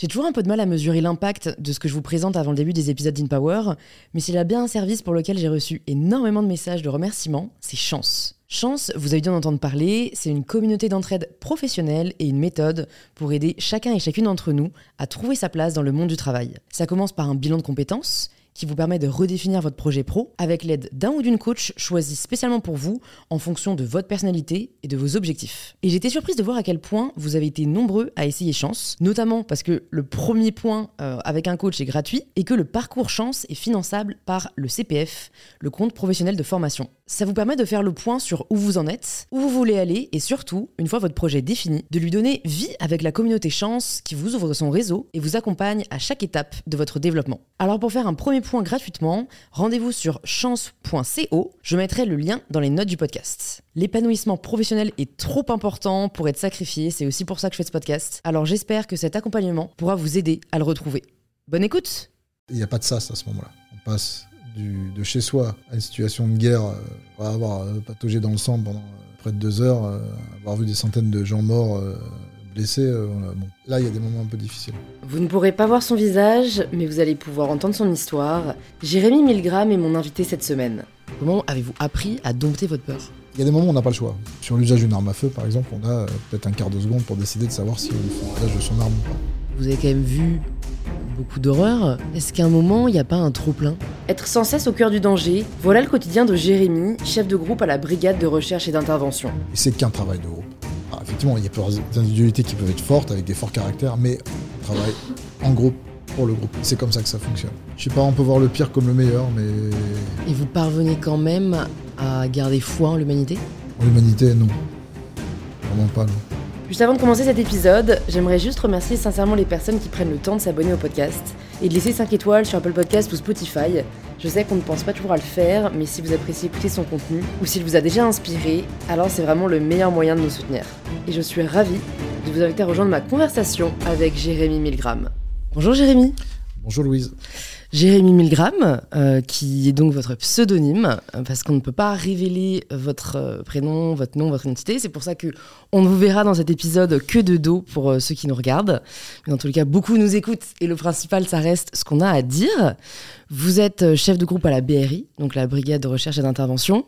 J'ai toujours un peu de mal à mesurer l'impact de ce que je vous présente avant le début des épisodes d'InPower, mais s'il y a bien un service pour lequel j'ai reçu énormément de messages de remerciements, c'est Chance. Chance, vous avez dû en entendre parler, c'est une communauté d'entraide professionnelle et une méthode pour aider chacun et chacune d'entre nous à trouver sa place dans le monde du travail. Ça commence par un bilan de compétences qui vous permet de redéfinir votre projet pro avec l'aide d'un ou d'une coach choisie spécialement pour vous en fonction de votre personnalité et de vos objectifs. Et j'étais surprise de voir à quel point vous avez été nombreux à essayer Chance, notamment parce que le premier point avec un coach est gratuit et que le parcours Chance est finançable par le CPF, le compte professionnel de formation. Ça vous permet de faire le point sur où vous en êtes, où vous voulez aller et surtout, une fois votre projet défini, de lui donner vie avec la communauté Chance qui vous ouvre son réseau et vous accompagne à chaque étape de votre développement. Alors pour faire un premier point gratuitement, rendez-vous sur chance.co, je mettrai le lien dans les notes du podcast. L'épanouissement professionnel est trop important pour être sacrifié, c'est aussi pour ça que je fais ce podcast. Alors j'espère que cet accompagnement pourra vous aider à le retrouver. Bonne écoute! Il n'y a pas de sas à ce moment-là. On passe de chez soi à une situation de guerre, avoir pataugé dans le sang pendant près de 2 heures, avoir vu des centaines de gens morts, blessés. Bon. Là, il y a des moments un peu difficiles. Vous ne pourrez pas voir son visage, mais vous allez pouvoir entendre son histoire. Jérémy Milgram est mon invité cette semaine. Comment avez-vous appris à dompter votre peur ? Il y a des moments où on n'a pas le choix. Sur l'usage d'une arme à feu, par exemple, on a peut-être un quart de seconde pour décider de savoir si on fait l'usage de son arme ou pas. Vous avez quand même vu beaucoup d'horreur. Est-ce qu'à un moment, il n'y a pas un trop-plein ? Être sans cesse au cœur du danger, voilà le quotidien de Jérémy, chef de groupe à la brigade de recherche et d'intervention. Et c'est qu'un travail de groupe. Alors, effectivement, il y a des individualités qui peuvent être fortes, avec des forts caractères, mais on travaille en groupe, pour le groupe. C'est comme ça que ça fonctionne. Je sais pas, on peut voir le pire comme le meilleur, mais... Et vous parvenez quand même à garder foi en l'humanité ? En l'humanité, non. Vraiment pas, non. Juste avant de commencer cet épisode, j'aimerais juste remercier sincèrement les personnes qui prennent le temps de s'abonner au podcast et de laisser 5 étoiles sur Apple Podcast ou Spotify. Je sais qu'on ne pense pas toujours à le faire, mais si vous appréciez écouter son contenu ou s'il vous a déjà inspiré, alors c'est vraiment le meilleur moyen de nous soutenir. Et je suis ravie de vous inviter à rejoindre ma conversation avec Jérémy Milgram. Bonjour Jérémy. Bonjour Louise. Jérémy Milgram, qui est donc votre pseudonyme, parce qu'on ne peut pas révéler votre prénom, votre nom, votre identité. C'est pour ça qu'on ne vous verra dans cet épisode que de dos pour ceux qui nous regardent. Mais dans tous les cas, beaucoup nous écoutent et le principal, ça reste ce qu'on a à dire. Vous êtes chef de groupe à la BRI, donc la Brigade de Recherche et d'Intervention,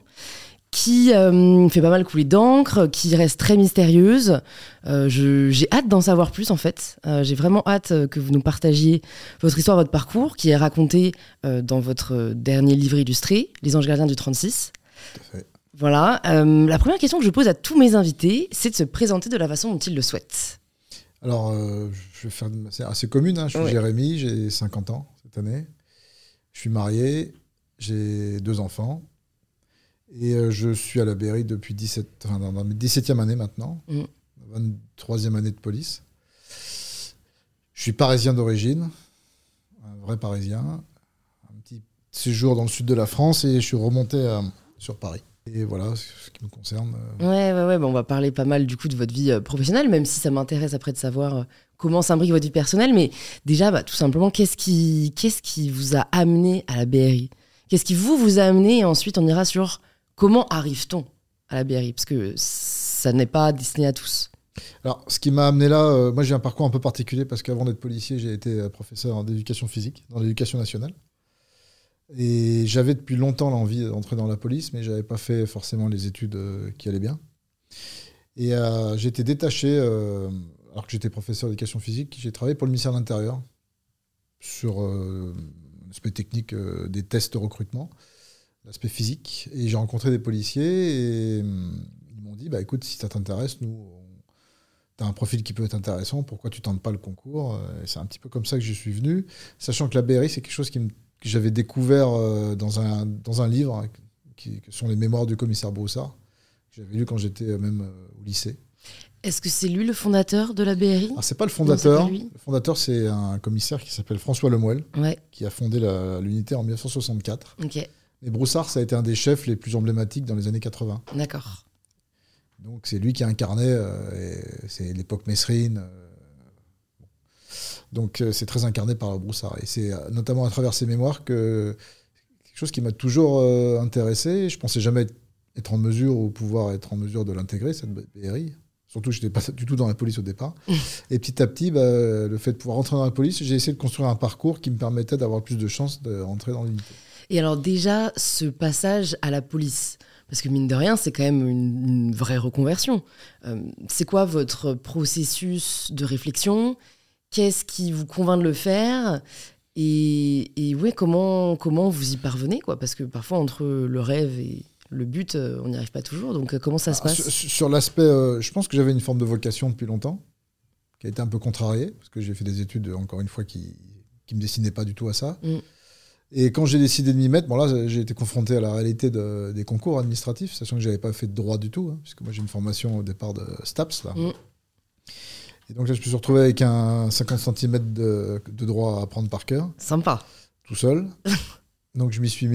qui fait pas mal couler d'encre, qui reste très mystérieuse. J'ai hâte d'en savoir plus en fait. J'ai vraiment hâte que vous nous partagiez votre histoire, votre parcours, qui est raconté dans votre dernier livre illustré, Les Anges Gardiens du 36. Tout à fait. Voilà. La première question que je pose à tous mes invités, c'est de se présenter de la façon dont ils le souhaitent. Alors, je vais faire c'est assez commune. Hein. Je suis Jérémy, j'ai 50 ans cette année. Je suis marié, j'ai 2 enfants. Et je suis à la BRI depuis dans ma 17e année maintenant, 23e année de police. Je suis parisien d'origine, un vrai parisien. Un petit séjour dans le sud de la France et je suis remonté sur Paris. Et voilà ce qui me concerne. Ouais. Bon, on va parler pas mal du coup de votre vie professionnelle, même si ça m'intéresse après de savoir comment s'imbrique votre vie personnelle. Mais déjà, tout simplement, qu'est-ce qui vous a amené à la BRI ? Qu'est-ce qui vous a amené ? Et ensuite, on ira sur... Comment arrive-t-on à la BRI ? Parce que ça n'est pas destiné à tous. Alors, ce qui m'a amené là, moi j'ai un parcours un peu particulier parce qu'avant d'être policier, j'ai été professeur d'éducation physique dans l'éducation nationale. Et j'avais depuis longtemps l'envie d'entrer dans la police, mais je n'avais pas fait forcément les études qui allaient bien. Et j'ai été détaché, alors que j'étais professeur d'éducation physique, j'ai travaillé pour le ministère de l'Intérieur sur l'aspect technique des tests de recrutement. L'aspect physique, et j'ai rencontré des policiers et ils m'ont dit écoute, si ça t'intéresse, t'as un profil qui peut être intéressant, pourquoi tu tentes pas le concours ? Et c'est un petit peu comme ça que je suis venu, sachant que la BRI c'est quelque chose que j'avais découvert dans un livre que sont les mémoires du commissaire Broussard, que j'avais lu quand j'étais même au lycée. Est-ce que c'est lui le fondateur de la BRI ? Alors c'est pas le fondateur. Non, c'est pas lui. Le fondateur c'est un commissaire qui s'appelle François Lemoel, qui a fondé l'unité en 1964. Ok. Et Broussard, ça a été un des chefs les plus emblématiques dans les années 80. D'accord. Donc c'est lui qui a incarné, c'est l'époque Messrine. Donc c'est très incarné par Broussard. Et c'est notamment à travers ses mémoires que quelque chose qui m'a toujours intéressé. Je pensais jamais être en mesure ou pouvoir être en mesure de l'intégrer, cette BRI. Surtout, je n'étais pas du tout dans la police au départ. Et petit à petit, le fait de pouvoir rentrer dans la police, j'ai essayé de construire un parcours qui me permettait d'avoir plus de chances de rentrer dans l'unité. Et alors déjà, ce passage à la police, parce que mine de rien, c'est quand même une vraie reconversion. C'est quoi votre processus de réflexion ? Qu'est-ce qui vous convainc de le faire ? Et ouais, comment vous y parvenez, quoi ? Parce que parfois, entre le rêve et le but, on n'y arrive pas toujours. Donc, comment ça se passe ? Sur l'aspect, je pense que j'avais une forme de vocation depuis longtemps, qui a été un peu contrariée, parce que j'ai fait des études, encore une fois, qui ne me destinaient pas du tout à ça. Et quand j'ai décidé de m'y mettre, là, j'ai été confronté à la réalité des concours administratifs, sachant que je n'avais pas fait de droit du tout, puisque moi, j'ai une formation au départ de STAPS, là. Et donc là, je me suis retrouvé avec un 50 cm de droit à apprendre par cœur. Sympa. Tout seul. Donc je m'y suis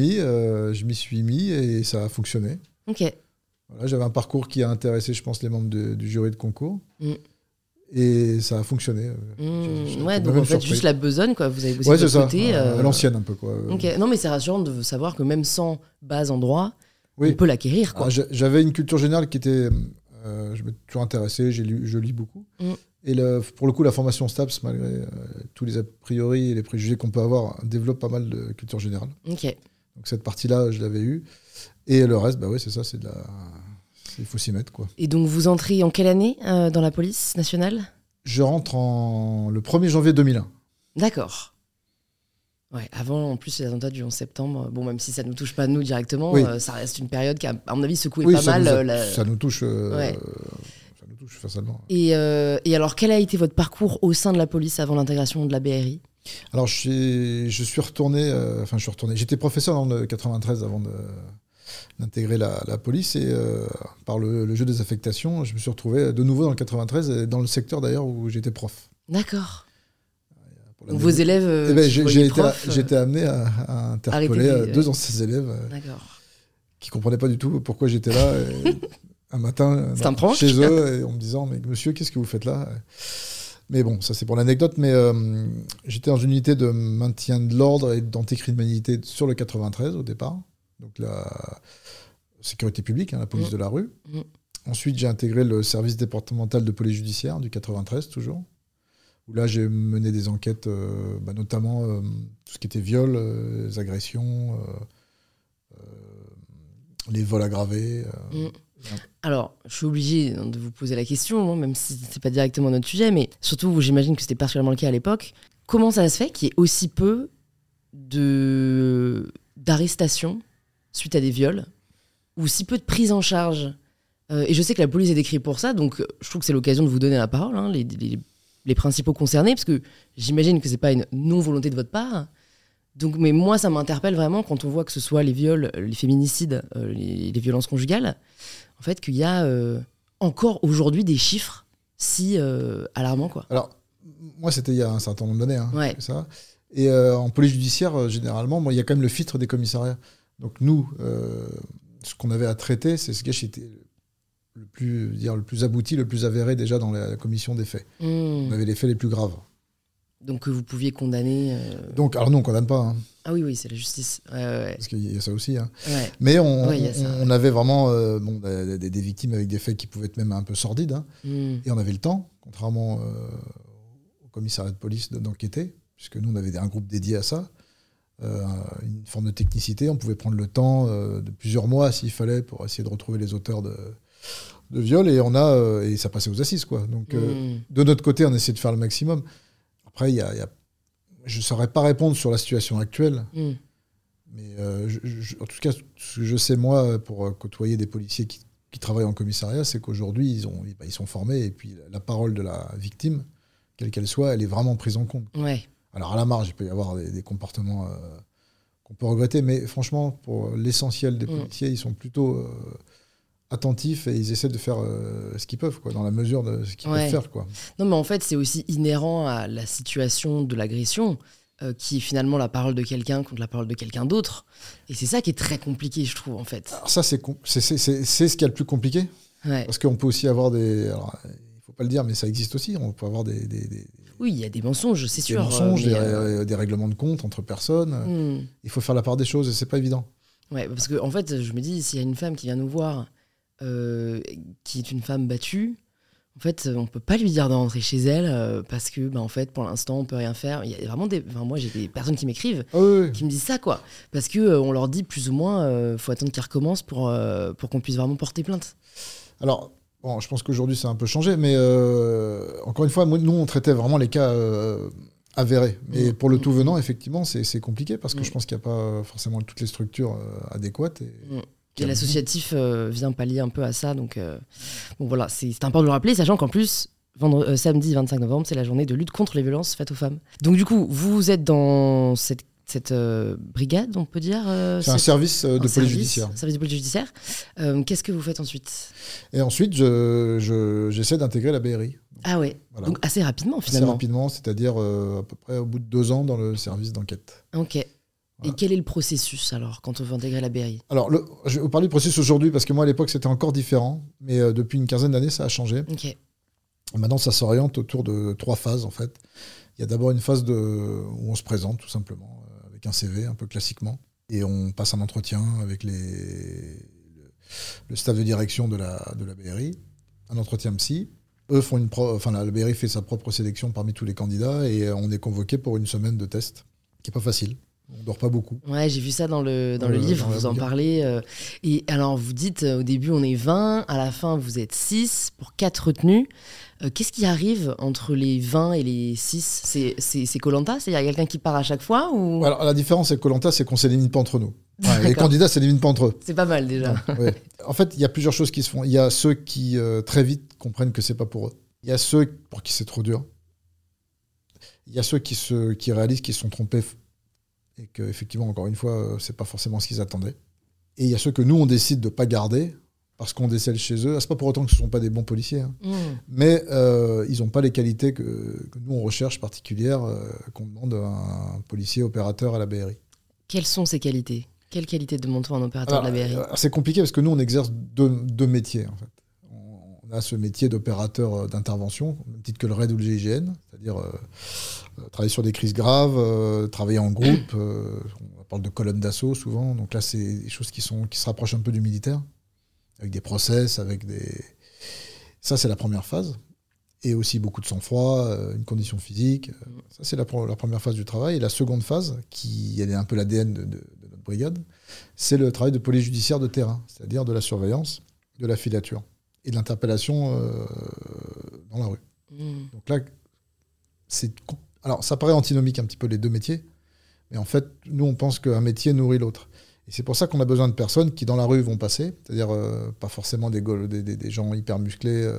mis et ça a fonctionné. Ok. Voilà, j'avais un parcours qui a intéressé, je pense, les membres du jury de concours. Et ça a fonctionné. Ouais, donc en fait, juste la besogne, quoi. Vous avez bossé de votre ça, côté. à l'ancienne un peu, quoi. Ok. Non, mais c'est rassurant de savoir que même sans base en droit, oui. on peut l'acquérir, quoi. Alors, j'avais une culture générale qui était... je me suis toujours intéressé, je lis beaucoup. Et pour le coup, la formation STAPS, malgré tous les a priori et les préjugés qu'on peut avoir, développe pas mal de culture générale. Ok. Donc cette partie-là, je l'avais eue. Et le reste, c'est ça, il faut s'y mettre, quoi. Et donc vous entrez en quelle année dans la police nationale ? Je rentre le 1er janvier 2001. D'accord. Ouais, avant, en plus, les attentats du 11 septembre, bon, même si ça ne nous touche pas, nous, directement, ça reste une période qui a, à mon avis, secoué pas mal. Ça nous touche... Ouais. Facialement. Et alors, quel a été votre parcours au sein de la police avant l'intégration de la BRI ? Alors, je suis retourné... J'étais professeur dans le 93 avant d'intégrer la police. Et par le jeu des affectations, je me suis retrouvé de nouveau dans le 93, et dans le secteur d'ailleurs où j'étais prof. D'accord. Donc vos élèves... j'ai été amené à interpeller deux anciens élèves qui ne comprenaient pas du tout pourquoi j'étais là. Un matin chez eux, et en me disant « Mais monsieur, qu'est-ce que vous faites là ?» Mais bon, ça c'est pour l'anecdote, mais j'étais dans une unité de maintien de l'ordre et d'anticriminalité sur le 93 au départ, donc la sécurité publique, la police de la rue. Ensuite, j'ai intégré le service départemental de police judiciaire du 93 toujours, où là j'ai mené des enquêtes, notamment tout ce qui était viol, les agressions, les vols aggravés. Alors, je suis obligée de vous poser la question, même si ce n'est pas directement notre sujet, mais surtout, j'imagine que c'était particulièrement le cas à l'époque. Comment ça se fait qu'il y ait aussi peu d'arrestations suite à des viols, ou si peu de prise en charge ? Et je sais que la police est décrite pour ça, donc je trouve que c'est l'occasion de vous donner la parole, les principaux concernés, parce que j'imagine que ce n'est pas une non-volonté de votre part. Donc, mais moi, ça m'interpelle vraiment quand on voit que ce soit les viols, les féminicides, les violences conjugales, en fait, qu'il y a encore aujourd'hui des chiffres si alarmants, quoi. Alors, moi, c'était il y a un certain nombre d'années. Ça. Et en police judiciaire, généralement, il y a quand même le filtre des commissariats. Donc nous, ce qu'on avait à traiter, c'est ce qui était le plus abouti, le plus avéré déjà dans la commission des faits. On avait les faits les plus graves. Donc que vous pouviez condamner... Donc, alors nous, on ne condamne pas. Ah oui, c'est la justice. Ouais. Parce qu'il y a ça aussi. Mais on avait vraiment des victimes avec des faits qui pouvaient être même un peu sordides. Et on avait le temps, contrairement au commissariat de police, d'enquêter, puisque nous, on avait un groupe dédié à ça. Une forme de technicité. On pouvait prendre le temps de plusieurs mois, s'il fallait, pour essayer de retrouver les auteurs de viol. Et ça passait aux assises, quoi. Donc, de notre côté, on essayait de faire le maximum. Après, je ne saurais pas répondre sur la situation actuelle, mais en tout cas, ce que je sais, moi, pour côtoyer des policiers qui travaillent en commissariat, c'est qu'aujourd'hui, ils sont formés, et puis la parole de la victime, quelle qu'elle soit, elle est vraiment prise en compte. Ouais. Alors, à la marge, il peut y avoir des comportements qu'on peut regretter, mais franchement, pour l'essentiel des policiers, ils sont plutôt... attentifs, et ils essaient de faire ce qu'ils peuvent, quoi, dans la mesure de ce qu'ils peuvent faire, quoi. Non, mais en fait, c'est aussi inhérent à la situation de l'agression, qui est finalement la parole de quelqu'un contre la parole de quelqu'un d'autre. Et c'est ça qui est très compliqué, je trouve, en fait. Alors ça, c'est ce qu'il y a le plus compliqué. Ouais. Parce qu'on peut aussi avoir des... Alors, il ne faut pas le dire, mais ça existe aussi. On peut avoir des Oui, il y a des mensonges, c'est sûr. Des mensonges, des règlements de compte entre personnes. Il faut faire la part des choses, et c'est pas évident. Ouais, parce que en fait, je me dis, s'il y a une femme qui vient nous voir, qui est une femme battue, En fait, on peut pas lui dire de rentrer chez elle parce que, en fait, pour l'instant, on peut rien faire. Il y a vraiment moi, j'ai des personnes qui m'écrivent, qui me disent ça, quoi. Parce que on leur dit plus ou moins, faut attendre qu'ils recommencent pour qu'on puisse vraiment porter plainte. Alors, bon, je pense qu'aujourd'hui, ça a un peu changé, mais encore une fois, nous, on traitait vraiment les cas avérés. Mais pour le tout venant, effectivement, c'est compliqué parce que je pense qu'il n'y a pas forcément toutes les structures adéquates. Et l'associatif vient pallier un peu à ça. Donc, bon, voilà, c'est important de le rappeler, sachant qu'en plus, samedi 25 novembre, c'est la journée de lutte contre les violences faites aux femmes. Donc, du coup, vous êtes dans cette brigade, on peut dire c'est un service de police judiciaire. Service de police judiciaire. Qu'est-ce que vous faites ensuite ? Et ensuite, j'essaie d'intégrer la BRI. Ah ouais, voilà. Donc assez rapidement finalement. Assez rapidement, c'est-à-dire à peu près au bout de 2 ans dans le service d'enquête. Ok. Voilà. Et quel est le processus alors quand on veut intégrer la BRI ? Alors, je vais vous parler du processus aujourd'hui parce que moi à l'époque c'était encore différent, mais depuis une quinzaine d'années ça a changé. Ok. Et maintenant ça s'oriente autour de 3 phases en fait. Il y a d'abord une phase où on se présente tout simplement avec un CV un peu classiquement et on passe un entretien avec le staff de direction de la BRI, un entretien psy. Eux font la BRI fait sa propre sélection parmi tous les candidats et on est convoqué pour une semaine de test qui est pas facile. On dort pas beaucoup. Ouais, j'ai vu ça dans le livre, vous en parlez. Et alors, vous dites, au début, on est 20, à la fin, vous êtes 6 pour 4 retenues. Qu'est-ce qui arrive entre les 20 et les 6 ? C'est Koh-Lanta ? Il y a quelqu'un qui part à chaque fois ou... Alors, la différence avec Koh-Lanta, c'est qu'on ne s'élimine pas entre nous. Ouais, les candidats ne s'éliminent pas entre eux. C'est pas mal, déjà. Donc, ouais. En fait, il y a plusieurs choses qui se font. Il y a ceux qui, très vite, comprennent que c'est pas pour eux. Il y a ceux pour qui c'est trop dur. Il y a ceux qui réalisent qu'ils se sont trompés et qu'effectivement, encore une fois, c'est pas forcément ce qu'ils attendaient. Et il y a ceux que nous, on décide de pas garder parce qu'on décèle chez eux. C'est pas pour autant que ce sont pas des bons policiers, hein. Mais ils n'ont pas les qualités que nous, on recherche particulières qu'on demande à un policier opérateur à la BRI. Quelles sont ces qualités ? Quelle qualité demande-t-on à un opérateur de la BRI ? C'est compliqué parce que nous, on exerce deux métiers, en fait. On a ce métier d'opérateur d'intervention, au même titre que le RAID ou le GIGN, c'est-à-dire travailler sur des crises graves, travailler en groupe. On parle de colonnes d'assaut souvent. Donc là, c'est des choses qui se rapprochent un peu du militaire, avec des process, avec des... Ça, c'est la première phase. Et aussi beaucoup de sang-froid, une condition physique. Ça, c'est la première phase du travail. Et la seconde phase, elle est un peu l'ADN de notre brigade, c'est le travail de police judiciaire de terrain, c'est-à-dire de la surveillance, de la filature et de l'interpellation dans la rue. Donc là, alors ça paraît antinomique un petit peu les deux métiers, mais en fait, nous, on pense qu'un métier nourrit l'autre. Et c'est pour ça qu'on a besoin de personnes qui, dans la rue, vont passer, c'est-à-dire pas forcément des gens hyper musclés.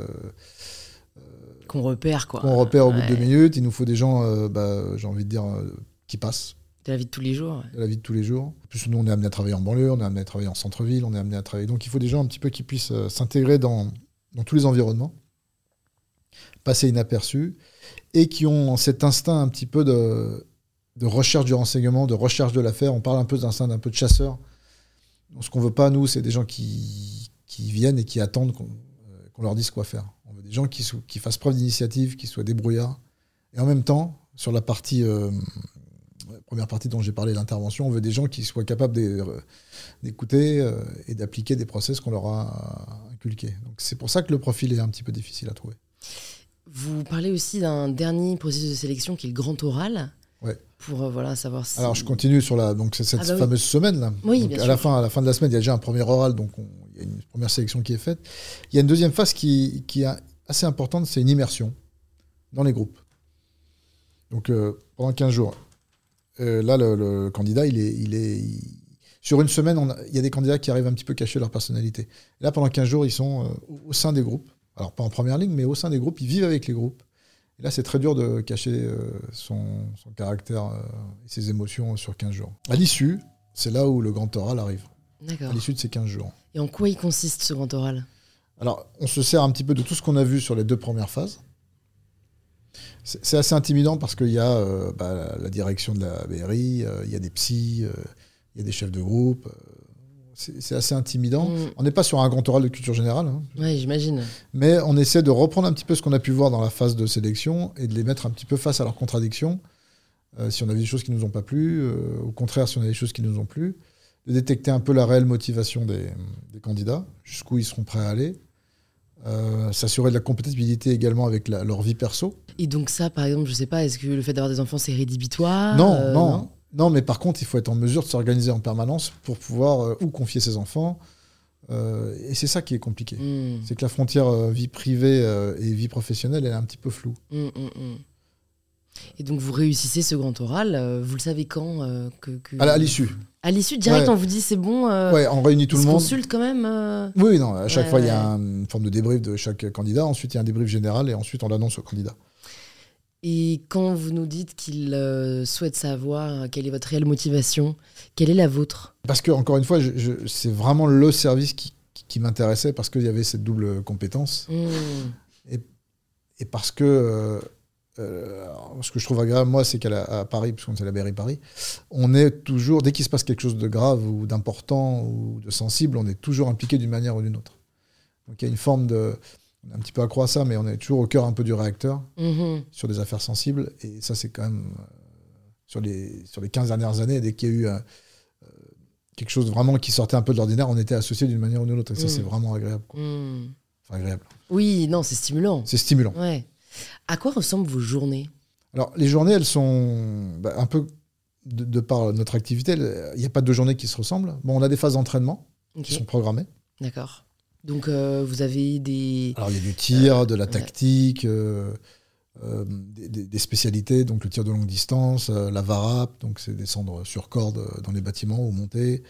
Qu'on repère, quoi. Qu'on repère au bout de 2 minutes. Il nous faut des gens, j'ai envie de dire, qui passent. De la vie de tous les jours. Ouais. De la vie de tous les jours. En plus, nous, on est amené à travailler en banlieue, on est amené à travailler en centre-ville, on est amené à travailler... Donc, il faut des gens un petit peu qui puissent s'intégrer dans tous les environnements, passer inaperçus, et qui ont cet instinct un petit peu de recherche du renseignement, de recherche de l'affaire. On parle un peu d'instinct un peu de chasseur. Donc, ce qu'on veut pas, nous, c'est des gens qui viennent et qui attendent qu'on leur dise quoi faire. On veut des gens qui fassent preuve d'initiative, qui soient débrouillards. Et en même temps, sur la première partie dont j'ai parlé, l'intervention, on veut des gens qui soient capables d'écouter et d'appliquer des process qu'on leur a inculqués. Donc c'est pour ça que le profil est un petit peu difficile à trouver. Vous parlez aussi d'un dernier processus de sélection qui est le grand oral. Ouais. Pour savoir si... Alors je continue sur cette fameuse semaine-là. Oui, donc, bien à sûr. la fin de la semaine, il y a déjà un premier oral, donc il y a une première sélection qui est faite. Il y a une deuxième phase qui est assez importante, c'est une immersion dans les groupes. Donc pendant 15 jours. Là, le candidat, sur une semaine, il y a des candidats qui arrivent un petit peu cacher leur personnalité. Et là, pendant 15 jours, ils sont au sein des groupes. Alors, pas en première ligne, mais au sein des groupes. Ils vivent avec les groupes. Et là, c'est très dur de cacher son caractère et ses émotions sur 15 jours. À l'issue, c'est là où le grand oral arrive. D'accord. À l'issue de ces 15 jours. Et en quoi il consiste, ce grand oral ? Alors, on se sert un petit peu de tout ce qu'on a vu sur les 2 premières phases. C'est assez intimidant parce qu'il y a la direction de la BRI, il y a des psys, il y a des chefs de groupe. C'est assez intimidant. On n'est pas sur un grand oral de culture générale. Hein. Oui, j'imagine. Mais on essaie de reprendre un petit peu ce qu'on a pu voir dans la phase de sélection et de les mettre un petit peu face à leurs contradictions. Si on avait des choses qui ne nous ont pas plu, au contraire, si on a des choses qui nous ont plu, de détecter un peu la réelle motivation des candidats, jusqu'où ils seront prêts à aller. s'assurer de la compatibilité également avec leur vie perso. Et donc ça, par exemple, je sais pas, est-ce que le fait d'avoir des enfants, c'est rédhibitoire? Non, mais par contre, il faut être en mesure de s'organiser en permanence pour pouvoir où confier ses enfants. Et c'est ça qui est compliqué. C'est que la frontière vie privée et vie professionnelle, elle est un petit peu floue. Et donc vous réussissez ce grand oral, vous le savez quand À l'issue. À l'issue, direct, on vous dit c'est bon. Ouais, on réunit tout le monde. On se consulte quand même. Oui, non, à chaque fois, il y a une forme de débrief de chaque candidat. Ensuite, il y a un débrief général et ensuite, on l'annonce au candidat. Et quand vous nous dites qu'il souhaite savoir quelle est votre réelle motivation, quelle est la vôtre? Parce que, encore une fois, c'est vraiment le service qui m'intéressait parce qu'il y avait cette double compétence. Et parce que ce que je trouve agréable, moi, c'est qu'à Paris, puisqu'on est à la BRI Paris, on est toujours, dès qu'il se passe quelque chose de grave ou d'important ou de sensible, on est toujours impliqué d'une manière ou d'une autre. Donc il y a une forme de... On est un petit peu accro à ça, mais on est toujours au cœur un peu du réacteur sur des affaires sensibles. Et ça, c'est quand même... sur les 15 dernières années, dès qu'il y a eu quelque chose vraiment qui sortait un peu de l'ordinaire, on était associés d'une manière ou d'une autre. Et ça, c'est vraiment agréable. Enfin, agréable. Oui, non, c'est stimulant. C'est stimulant. Ouais. À quoi ressemblent vos journées? Alors, les journées, elles sont un peu, de par notre activité, il n'y a pas de journées qui se ressemblent. Bon, on a des phases d'entraînement qui sont programmées. D'accord. Donc, vous avez des... Alors, il y a du tir, de la tactique, des spécialités, donc le tir de longue distance, la VARAP, donc c'est descendre sur corde dans les bâtiments ou monter.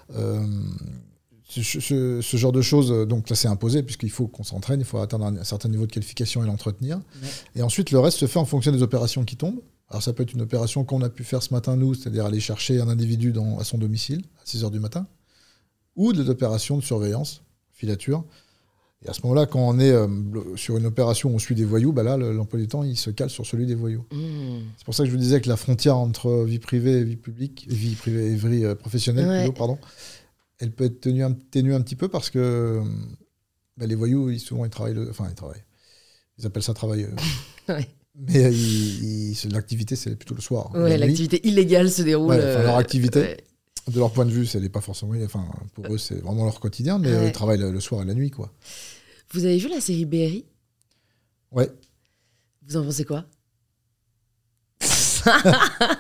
Ce genre de choses, donc là c'est imposé puisqu'il faut qu'on s'entraîne, il faut atteindre un certain niveau de qualification et l'entretenir. Et ensuite le reste se fait en fonction des opérations qui tombent. Alors ça peut être une opération qu'on a pu faire ce matin nous, c'est-à-dire aller chercher un individu à son domicile à 6h du matin, ou des opérations de surveillance, filature. Et à ce moment-là, quand on est sur une opération où on suit des voyous, là l'emploi du temps il se cale sur celui des voyous. C'est pour ça que je vous disais que la frontière entre vie privée et vie publique, vie privée et vie professionnelle, plutôt, pardon, elle peut être ténue un petit peu parce que les voyous, souvent, ils travaillent. Ils appellent ça travail. Mais l'activité, c'est plutôt le soir. Ouais, l'activité illégale se déroule. Leur activité, de leur point de vue, c'est pas forcément. Pour eux, c'est vraiment leur quotidien, mais ils travaillent le soir et la nuit, quoi. Vous avez vu la série BRI? Ouais. Vous en pensez quoi? Parce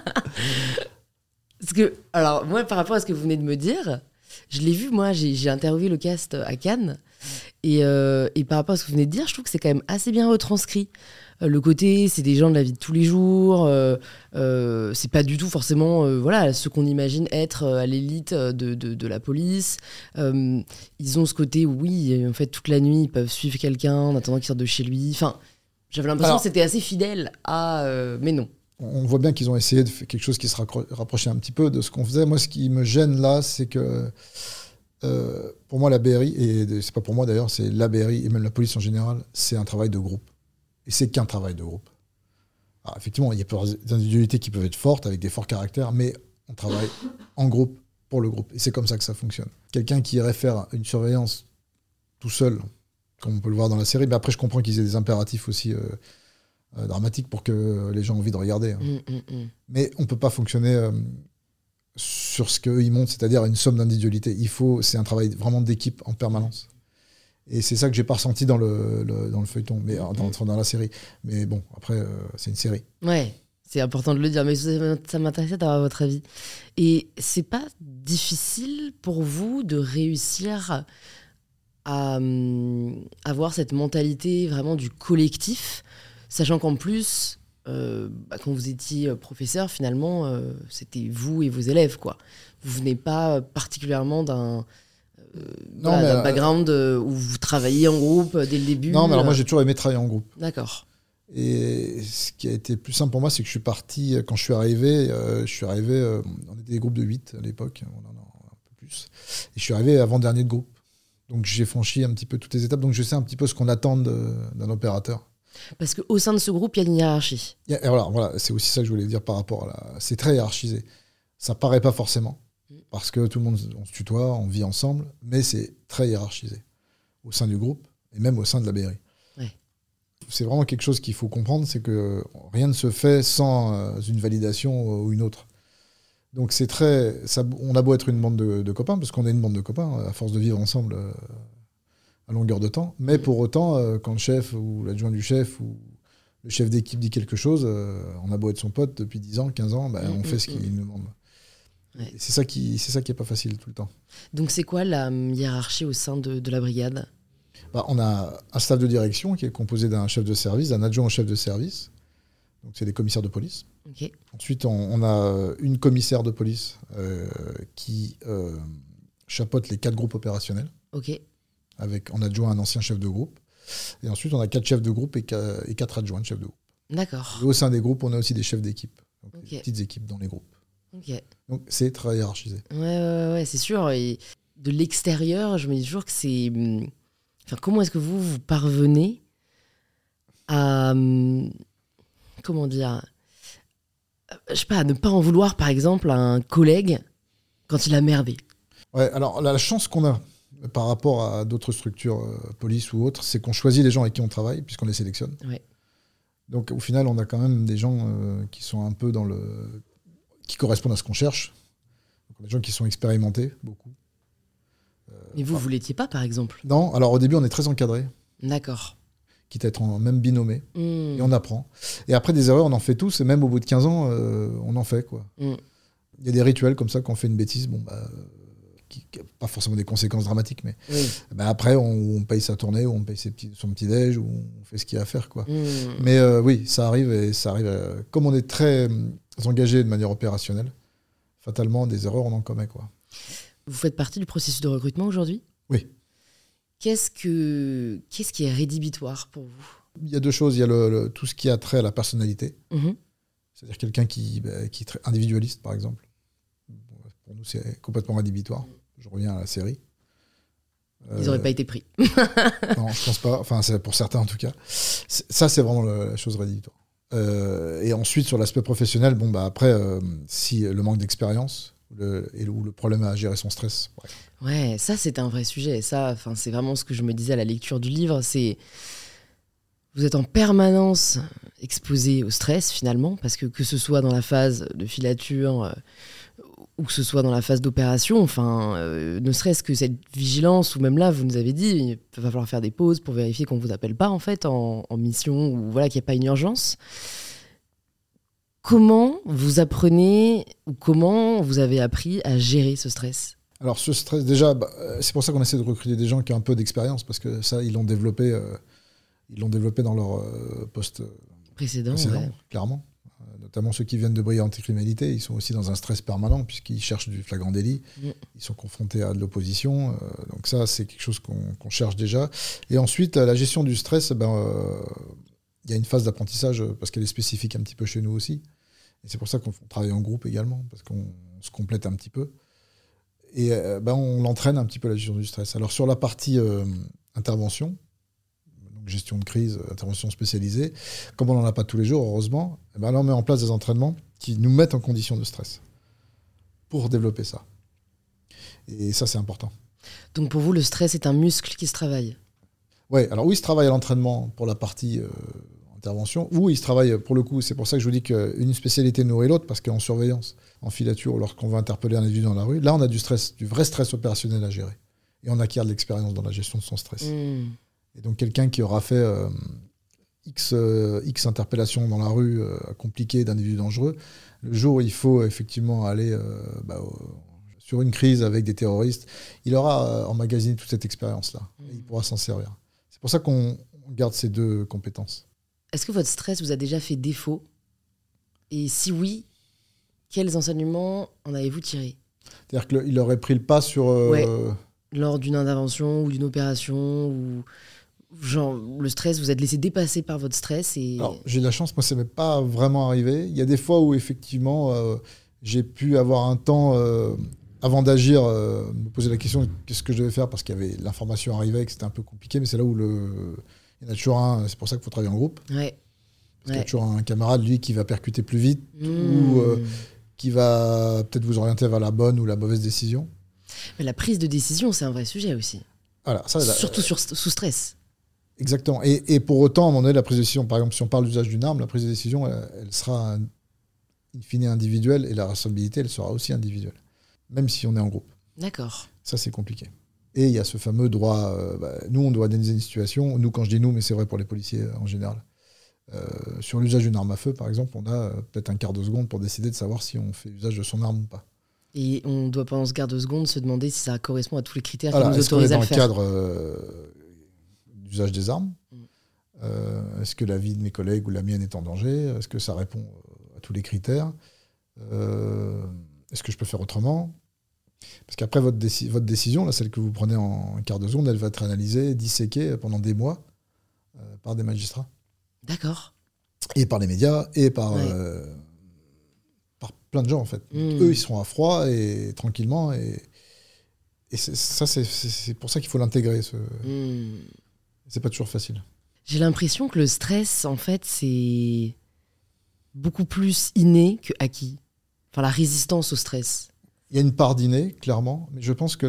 que, alors, moi, par rapport à ce que vous venez de me dire, je l'ai vu, moi, j'ai interviewé le cast à Cannes, et par rapport à ce que vous venez de dire, je trouve que c'est quand même assez bien retranscrit. Le côté, c'est des gens de la vie de tous les jours, c'est pas du tout forcément ce qu'on imagine être à l'élite de la police. Ils ont ce côté, oui, en fait, toute la nuit, ils peuvent suivre quelqu'un en attendant qu'il sorte de chez lui. Enfin, j'avais l'impression que c'était assez fidèle à... mais non. On voit bien qu'ils ont essayé de faire quelque chose qui se rapprochait un petit peu de ce qu'on faisait. Moi, ce qui me gêne là, c'est que pour moi, la BRI, et c'est pas pour moi d'ailleurs, c'est la BRI et même la police en général, c'est un travail de groupe. Et c'est qu'un travail de groupe. Alors, effectivement, il y a des individualités qui peuvent être fortes, avec des forts caractères, mais on travaille en groupe, pour le groupe. Et c'est comme ça que ça fonctionne. Quelqu'un qui irait faire une surveillance tout seul, comme on peut le voir dans la série, mais après, je comprends qu'ils aient des impératifs aussi dramatiques pour que les gens aient envie de regarder. Mais on ne peut pas fonctionner sur ce qu'eux, ils montrent, c'est-à-dire une somme d'individualité. C'est un travail vraiment d'équipe en permanence. Et c'est ça que j'ai pas ressenti dans le feuilleton, mais dans la série. Mais bon, après, c'est une série. Ouais, c'est important de le dire, mais ça m'intéressait d'avoir votre avis. Et c'est pas difficile pour vous de réussir à avoir cette mentalité vraiment du collectif, sachant qu'en plus, quand vous étiez professeur, finalement, c'était vous et vos élèves, quoi. Vous venez pas particulièrement d'un background où vous travaillez en groupe dès le début. Non, mais alors moi j'ai toujours aimé travailler en groupe. D'accord. Et ce qui a été plus simple pour moi, c'est que je suis parti, quand je suis arrivé, on était des groupes de 8 à l'époque, on en a un peu plus. Et je suis arrivé avant-dernier de groupe. Donc j'ai franchi un petit peu toutes les étapes, donc je sais un petit peu ce qu'on attend d'un opérateur. Parce qu'au sein de ce groupe, il y a une hiérarchie. Voilà, c'est aussi ça que je voulais dire par rapport à c'est très hiérarchisé. Ça paraît pas forcément. Parce que tout le monde, on se tutoie, on vit ensemble, mais c'est très hiérarchisé au sein du groupe et même au sein de la BRI. Ouais. C'est vraiment quelque chose qu'il faut comprendre, c'est que rien ne se fait sans une validation ou une autre. Donc on a beau être une bande de copains, parce qu'on est une bande de copains, à force de vivre ensemble, à longueur de temps. Mais pour autant, quand le chef ou l'adjoint du chef ou le chef d'équipe dit quelque chose, on a beau être son pote depuis 10 ans, 15 ans, on fait ce qu'il nous demande. Ouais. C'est ça qui est pas facile tout le temps. Donc c'est quoi la hiérarchie au sein de la brigade ? On a un staff de direction qui est composé d'un chef de service, d'un adjoint au chef de service. Donc c'est des commissaires de police. Okay. Ensuite, on a une commissaire de police qui chapeaute les 4 groupes opérationnels. Okay. Avec en adjoint un ancien chef de groupe. Et ensuite, on a 4 chefs de groupe et 4 adjoints de chefs de groupe. D'accord. Et au sein des groupes, on a aussi des chefs d'équipe. Donc okay. Des petites équipes dans les groupes. Okay. Donc c'est très hiérarchisé. Ouais, c'est sûr. Et de l'extérieur, je me dis toujours que c'est... Enfin, comment est-ce que vous parvenez à... Comment dire ? Je sais pas, à ne pas en vouloir, par exemple, à un collègue quand il a merdé. Ouais, alors la chance qu'on a par rapport à d'autres structures, police ou autres, c'est qu'on choisit les gens avec qui on travaille, puisqu'on les sélectionne. Ouais. Donc au final, on a quand même des gens qui sont un peu qui correspondent à ce qu'on cherche. Donc, on a des gens qui sont expérimentés, beaucoup. Mais vous l'étiez pas, par exemple ? Non, alors au début, on est très encadré. D'accord. Quitte à être même binomé. Et on apprend. Et après, des erreurs, on en fait tous. Et même au bout de 15 ans, on en fait, quoi. Il y a des rituels comme ça, quand on fait une bêtise, qui n'a pas forcément des conséquences dramatiques, mais après, on paye sa tournée, ou on paye son petit-déj, ou on fait ce qu'il y a à faire, quoi. Mais oui, ça arrive, et ça arrive. Comme on est très engagé de manière opérationnelle, fatalement, des erreurs, on en commet, quoi. Vous faites partie du processus de recrutement aujourd'hui ? Oui. Qu'est-ce qui est rédhibitoire pour vous ? Il y a 2 choses. Il y a tout ce qui a trait à la personnalité. C'est-à-dire quelqu'un qui est très individualiste, par exemple. Pour nous, c'est complètement rédhibitoire. Je reviens à la série. Ils n'auraient pas été pris. Non, je pense pas. Enfin, c'est pour certains, en tout cas. Ça, c'est vraiment la chose rédhibitoire. Et ensuite, sur l'aspect professionnel, après, si le manque d'expérience ou le problème à gérer son stress. Ouais, ça, c'est un vrai sujet. Ça, c'est vraiment ce que je me disais à la lecture du livre. Vous êtes en permanence exposé au stress, finalement, parce que ce soit dans la phase de filature ou que ce soit dans la phase d'opération, ne serait-ce que cette vigilance, ou même là, vous nous avez dit, il va falloir faire des pauses pour vérifier qu'on ne vous appelle pas, en fait, en mission, ou voilà, qu'il n'y a pas une urgence. Comment vous apprenez, ou comment vous avez appris à gérer ce stress ? Alors, ce stress, déjà, c'est pour ça qu'on essaie de recruter des gens qui ont un peu d'expérience, parce que ça, ils l'ont développé dans leur poste précédent, clairement. Notamment ceux qui viennent de brigade anticriminalité, ils sont aussi dans un stress permanent, puisqu'ils cherchent du flagrant délit, ils sont confrontés à de l'opposition, donc ça, c'est quelque chose qu'on cherche déjà. Et ensuite, la gestion du stress, il y a une phase d'apprentissage, parce qu'elle est spécifique un petit peu chez nous aussi. Et c'est pour ça qu'on travaille en groupe également, parce qu'on se complète un petit peu. Et on l'entraîne un petit peu, la gestion du stress. Alors sur la partie intervention, donc gestion de crise, intervention spécialisée, comme on n'en a pas tous les jours, heureusement, là on met en place des entraînements qui nous mettent en condition de stress pour développer ça. Et ça, c'est important. Donc pour vous, le stress est un muscle qui se travaille ? Ouais, alors oui, il se travaille à l'entraînement pour la partie intervention, ou il se travaille, pour le coup, c'est pour ça que je vous dis qu'une spécialité nourrit l'autre, parce qu'en surveillance, en filature, lorsqu'on va interpeller un individu dans la rue, là on a du vrai stress opérationnel à gérer. Et on acquiert de l'expérience dans la gestion de son stress. Et donc quelqu'un qui aura fait X interpellations dans la rue compliquées d'individus dangereux, le jour où il faut effectivement aller sur une crise avec des terroristes, il aura emmagasiné toute cette expérience-là. Et il pourra s'en servir. C'est pour ça qu'on garde ces 2 compétences. Est-ce que votre stress vous a déjà fait défaut ? Et si oui, quels enseignements en avez-vous tiré ? C'est-à-dire qu'il aurait pris le pas sur... Lors d'une intervention ou d'une opération, ou genre le stress, vous êtes laissé dépasser par votre stress et... Alors, j'ai de la chance, moi ça m'est pas vraiment arrivé. Il y a des fois où effectivement j'ai pu avoir un temps avant d'agir, me poser la question qu'est-ce que je devais faire, parce qu'il y avait l'information arrivée et que c'était un peu compliqué, mais c'est là où il y en a toujours un, c'est pour ça qu'il faut travailler en groupe. Ouais. Parce qu'il y a toujours un camarade, lui, qui va percuter plus vite ou qui va peut-être vous orienter vers la bonne ou la mauvaise décision. Mais la prise de décision, c'est un vrai sujet aussi. Voilà, ça, surtout sous stress. Exactement. Et pour autant, à un moment donné, la prise de décision, par exemple, si on parle d'usage d'une arme, la prise de décision, elle sera in fine individuelle, et la responsabilité, elle sera aussi individuelle. Même si on est en groupe. D'accord. Ça, c'est compliqué. Et il y a ce fameux droit, nous on doit analyser une situation, nous quand je dis nous, mais c'est vrai pour les policiers en général. Sur l'usage d'une arme à feu, par exemple, on a peut-être un quart de seconde pour décider de savoir si on fait usage de son arme ou pas. Et on doit pendant ce quart de seconde se demander si ça correspond à tous les critères qui Voilà, nous est-ce qu'on est autorisent à dans le le faire. cadre d'usage des armes Est-ce que la vie de mes collègues ou la mienne est en danger? Est-ce que ça répond à tous les critères? Est-ce que je peux faire autrement? Parce qu'après, votre décision, là, celle que vous prenez en quart de seconde, elle va être analysée, disséquée pendant des mois par des magistrats. D'accord. Et par les médias, et par plein de gens, en fait. Eux, ils seront à froid et tranquillement. Et c'est pour ça qu'il faut l'intégrer. C'est pas toujours facile. J'ai l'impression que le stress, en fait, c'est beaucoup plus inné que acquis. Enfin, la résistance au stress. Il y a une part d'inné, clairement, mais je pense que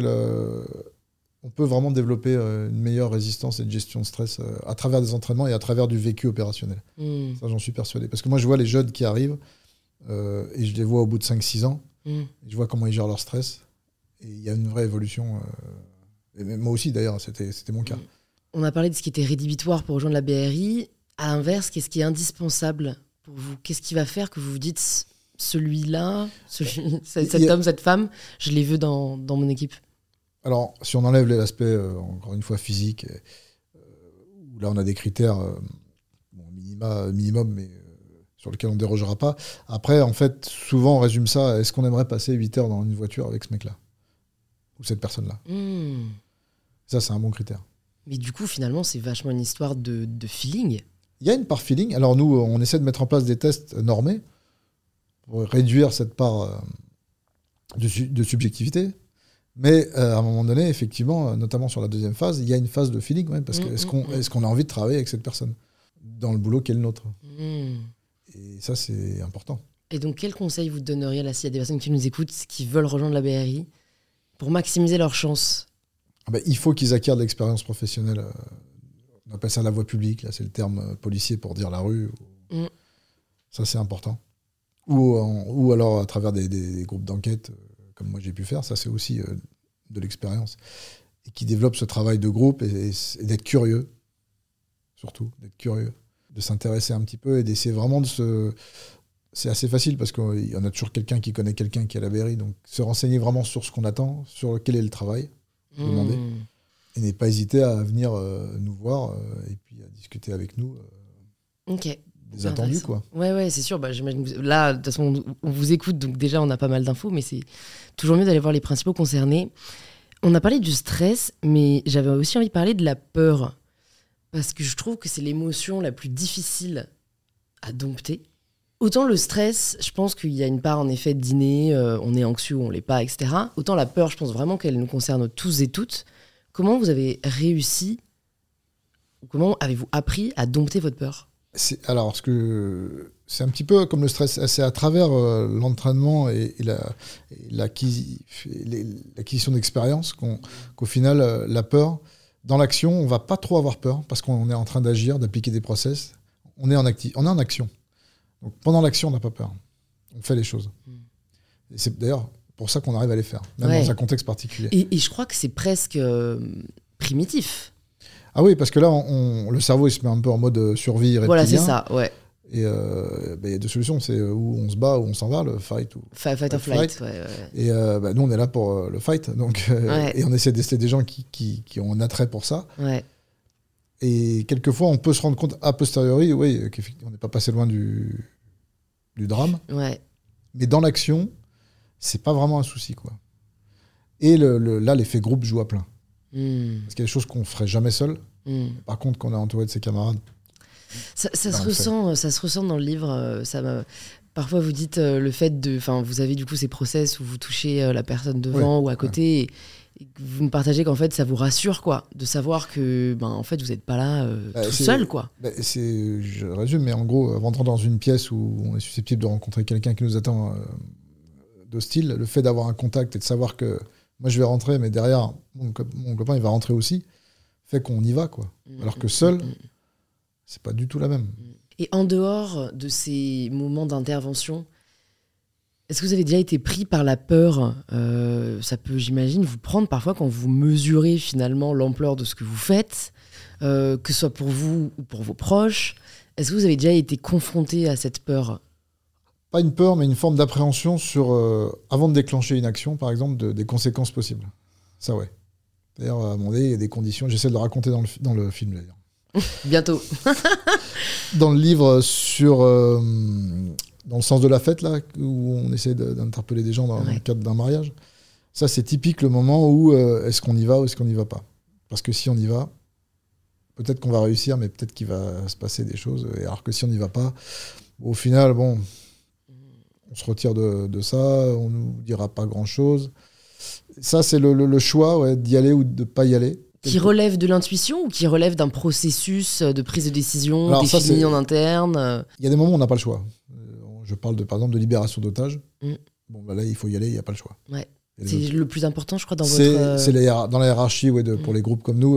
on peut vraiment développer une meilleure résistance et une gestion de stress à travers des entraînements et à travers du vécu opérationnel. Ça, j'en suis persuadé. Parce que moi, je vois les jeunes qui arrivent et je les vois au bout de 5-6 ans. Et je vois comment ils gèrent leur stress. Et il y a une vraie évolution. Et moi aussi, d'ailleurs, c'était mon cas. On a parlé de ce qui était rédhibitoire pour rejoindre la BRI. À l'inverse, qu'est-ce qui est indispensable pour vous? Qu'est-ce qui va faire que vous vous dites celui-là, cet homme, cette femme, je les veux dans mon équipe? Alors, si on enlève l'aspect, encore une fois, physique, où là on a des critères minimum, mais sur lesquels on ne dérogera pas. Après, en fait, souvent on résume ça, est-ce qu'on aimerait passer 8 heures dans une voiture avec ce mec-là? Ou cette personne-là? Ça, c'est un bon critère. Mais du coup, finalement, c'est vachement une histoire de feeling. Il y a une part feeling. Alors nous, on essaie de mettre en place des tests normés pour réduire cette part de subjectivité. Mais à un moment donné, effectivement, notamment sur la deuxième phase, il y a une phase de feeling, ouais, parce que est-ce qu'on a envie de travailler avec cette personne dans le boulot qui est le nôtre? Et ça, c'est important. Et donc, quel conseil vous donneriez là s'il y a des personnes qui nous écoutent, qui veulent rejoindre la BRI, pour maximiser leurs chances? Il faut qu'ils acquièrent de l'expérience professionnelle. On appelle ça la voie publique, là, c'est le terme policier pour dire la rue. Ça, c'est important. Ou alors à travers des groupes d'enquête, comme moi j'ai pu faire, ça c'est aussi de l'expérience. Et qui développe ce travail de groupe et d'être curieux, surtout, d'être curieux, de s'intéresser un petit peu et d'essayer vraiment de se... C'est assez facile parce qu'il y en a toujours quelqu'un qui connaît quelqu'un qui est à la BRI, donc se renseigner vraiment sur ce qu'on attend, sur quel est le travail, demander, et ne pas hésiter à venir nous voir et puis à discuter avec nous. Des attendus, quoi. Ouais, c'est sûr. J'imagine que là, de toute façon, on vous écoute, donc déjà, on a pas mal d'infos, mais c'est toujours mieux d'aller voir les principaux concernés. On a parlé du stress, mais j'avais aussi envie de parler de la peur, parce que je trouve que c'est l'émotion la plus difficile à dompter. Autant le stress, je pense qu'il y a une part, en effet, d'inné, on est anxieux ou on l'est pas, etc. Autant la peur, je pense vraiment qu'elle nous concerne tous et toutes. Comment vous avez réussi, ou comment avez-vous appris à dompter votre peur? C'est un petit peu comme le stress. C'est à travers l'entraînement et l'acquisition d'expérience qu'au final, la peur, dans l'action, on ne va pas trop avoir peur parce qu'on est en train d'agir, d'appliquer des process. On est en action. Donc, pendant l'action, on n'a pas peur. On fait les choses. Et c'est d'ailleurs pour ça qu'on arrive à les faire, même dans un contexte particulier. Et je crois que c'est presque primitif. Ah oui, parce que là, le cerveau, il se met un peu en mode survie reptilien. Voilà, c'est ça, ouais. Et y a deux solutions, c'est où on se bat, où on s'en va, le fight ou fight or flight. Ouais. Et nous, on est là pour le fight, donc, et on essaie d'essayer des gens qui ont un attrait pour ça. Ouais. Et quelquefois, on peut se rendre compte a posteriori, oui, qu'on n'est pas passé loin du drame. Ouais. Mais dans l'action, c'est pas vraiment un souci, quoi. Et là, l'effet groupe joue à plein. Parce qu'il y a des choses qu'on ferait jamais seul. Par contre, qu'on est entouré de ses camarades. Ça se ressent dans le livre. Parfois, vous dites le fait de... Enfin, vous avez du coup ces process où vous touchez la personne devant ou à côté et vous me partagez qu'en fait, ça vous rassure, quoi, de savoir que en fait, vous n'êtes pas là tout seul, quoi. Je résume, mais en gros, rentrer dans une pièce où on est susceptible de rencontrer quelqu'un qui nous attend d'hostile, le fait d'avoir un contact et de savoir que moi, je vais rentrer, mais derrière, mon copain, il va rentrer aussi, fait qu'on y va, quoi. Alors que seul, c'est pas du tout la même. Et en dehors de ces moments d'intervention, Est-ce que vous avez déjà été pris par la peur ? Ça peut, j'imagine, vous prendre parfois quand vous mesurez finalement l'ampleur de ce que vous faites, que ce soit pour vous ou pour vos proches. Est-ce que vous avez déjà été confronté à cette peur ? Pas une peur, mais une forme d'appréhension sur, avant de déclencher une action, par exemple, des conséquences possibles. Ça, ouais. D'ailleurs, à un moment donné, il y a des conditions. J'essaie de le raconter dans le film, d'ailleurs. Bientôt. Dans le livre sur... dans le sens de la fête, là, où on essaie d'interpeller des gens dans le cadre d'un mariage. Ça, c'est typique le moment où est-ce qu'on y va ou est-ce qu'on n'y va pas. Parce que si on y va, peut-être qu'on va réussir, mais peut-être qu'il va se passer des choses. Et alors que si on n'y va pas, au final, bon, on se retire de ça, on ne nous dira pas grand-chose. Ça, c'est le choix d'y aller ou de ne pas y aller. Qui relève de l'intuition ou qui relève d'un processus de prise de décision défini en interne ? Il y a des moments où on n'a pas le choix. Je parle par exemple de libération d'otages. Bon, bah là, il faut y aller, il n'y a pas le choix. Ouais. C'est le plus important, je crois, dans votre... C'est dans la hiérarchie pour les groupes comme nous,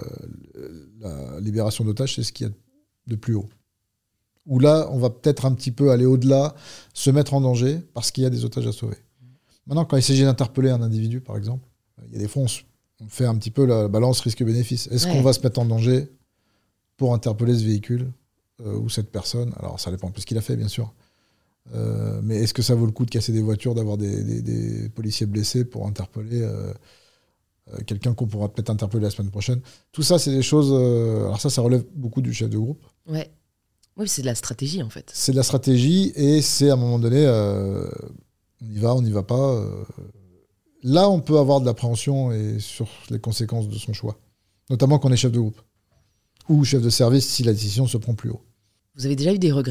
la libération d'otages, c'est ce qu'il y a de plus haut. Où là, on va peut-être un petit peu aller au-delà, se mettre en danger, parce qu'il y a des otages à sauver. Maintenant, quand il s'agit d'interpeller un individu, par exemple, il y a des fois, on fait un petit peu la balance risque-bénéfice. Est-ce qu'on va se mettre en danger pour interpeller ce véhicule ou cette personne ? Alors, ça dépend de ce qu'il a fait, bien sûr. Mais est-ce que ça vaut le coup de casser des voitures, d'avoir des policiers blessés pour interpeller quelqu'un qu'on pourra peut-être interpeller la semaine prochaine ? Tout ça, c'est des choses... alors ça relève beaucoup du chef de groupe. Ouais. Oui, c'est de la stratégie, en fait. C'est de la stratégie et c'est, à un moment donné, on y va, on n'y va pas. Là, on peut avoir de l'appréhension et sur les conséquences de son choix. Notamment quand on est chef de groupe. Ou chef de service si la décision se prend plus haut. Vous avez déjà eu des regrets ?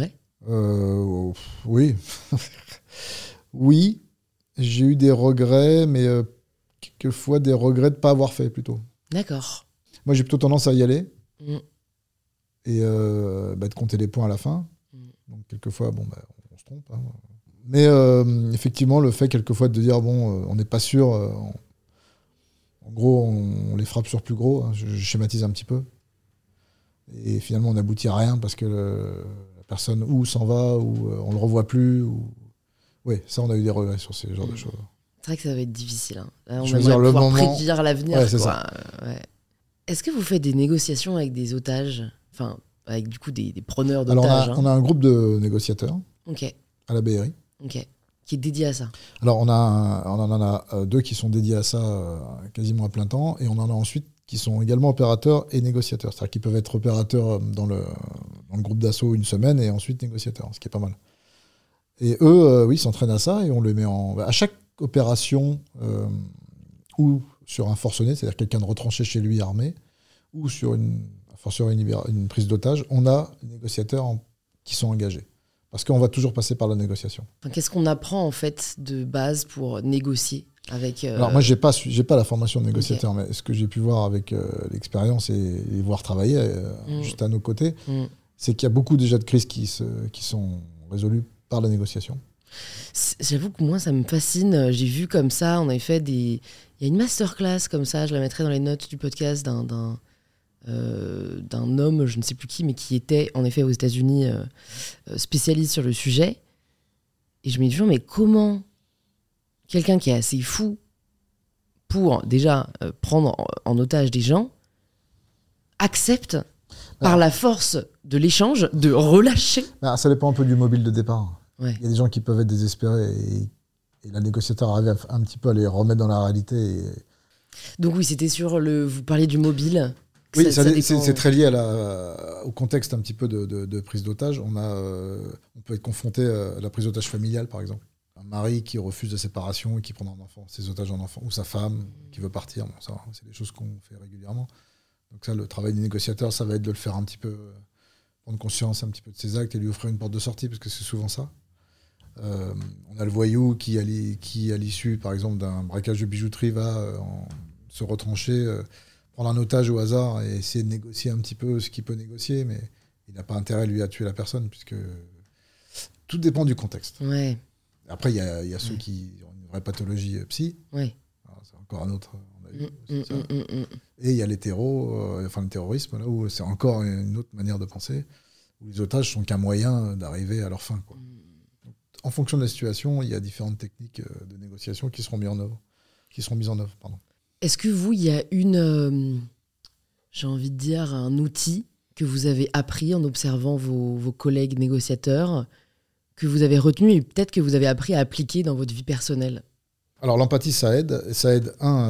Oui. Oui, j'ai eu des regrets, mais quelquefois des regrets de ne pas avoir fait, plutôt. D'accord. Moi, j'ai plutôt tendance à y aller et de compter les points à la fin. Donc, quelquefois, on se trompe. Hein. Mais effectivement, le fait, quelquefois, de dire, on n'est pas sûr, en gros, on les frappe sur plus gros. Hein, je schématise un petit peu. Et finalement, on n'aboutit à rien parce que la personne ou s'en va, ou on ne le revoit plus. Oui, ça, on a eu des regrets sur ces genres de choses. C'est vrai que ça va être difficile. Hein. Là, on choisir va pouvoir moment... prédire l'avenir. Ouais, c'est ça. Ouais. Est-ce que vous faites des négociations avec des otages ? Enfin, avec du coup des preneurs d'otages. Alors, on a un groupe de négociateurs à la BRI. Qui est dédié à ça. Alors, on en a 2 qui sont dédiés à ça quasiment à plein temps. Et on en a ensuite qui sont également opérateurs et négociateurs. C'est-à-dire qu'ils peuvent être opérateurs dans le groupe d'assaut une semaine et ensuite négociateurs, ce qui est pas mal. Et eux, oui, s'entraînent à ça et on le met à chaque opération ou sur un forcené, c'est-à-dire quelqu'un de retranché chez lui armé, ou sur une prise d'otage, on a des négociateurs qui sont engagés. Parce qu'on va toujours passer par la négociation. Enfin, qu'est-ce qu'on apprend en fait de base pour négocier avec Alors moi, j'ai pas la formation de négociateur, mais ce que j'ai pu voir avec l'expérience et voir travailler juste à nos côtés, c'est qu'il y a beaucoup déjà de crises qui sont résolues par la négociation. J'avoue que moi, ça me fascine. J'ai vu comme ça, on avait fait il y a une masterclass comme ça, je la mettrai dans les notes du podcast d'un homme, je ne sais plus qui, mais qui était en effet aux États-Unis spécialiste sur le sujet. Et je me dis toujours, mais comment quelqu'un qui est assez fou pour déjà prendre en otage des gens accepte par la force de l'échange de relâcher. Ça dépend un peu du mobile de départ. Ouais. Il y a des gens qui peuvent être désespérés et la négociateur arrive un petit peu à les remettre dans la réalité. Donc oui, c'était vous parliez du mobile. Oui, c'est très lié au contexte un petit peu de prise d'otage. On peut être confronté à la prise d'otage familiale, par exemple. Un mari qui refuse la séparation et qui prend un enfant, ses otages en enfant, ou sa femme qui veut partir. Bon, ça, c'est des choses qu'on fait régulièrement. Donc ça, le travail du négociateur, ça va être de le faire un petit peu, prendre conscience un petit peu de ses actes et lui offrir une porte de sortie, parce que c'est souvent ça. On a le voyou qui, à l'issue, par exemple, d'un braquage de bijouterie, va se retrancher, prendre un otage au hasard et essayer de négocier un petit peu ce qu'il peut négocier, mais il n'a pas intérêt, lui, à tuer la personne, puisque tout dépend du contexte. Ouais. Après, il y a ceux qui ont une vraie pathologie psy. Ouais. Alors, c'est encore un autre. Et il y a le terrorisme, là où c'est encore une autre manière de penser, où les otages sont qu'un moyen d'arriver à leur fin, quoi. Donc, en fonction de la situation, il y a différentes techniques de négociation qui seront mises en œuvre. Pardon. Est-ce que vous, il y a j'ai envie de dire, un outil que vous avez appris en observant vos collègues négociateurs, que vous avez retenu et peut-être que vous avez appris à appliquer dans votre vie personnelle? Alors l'empathie, ça aide. Ça aide,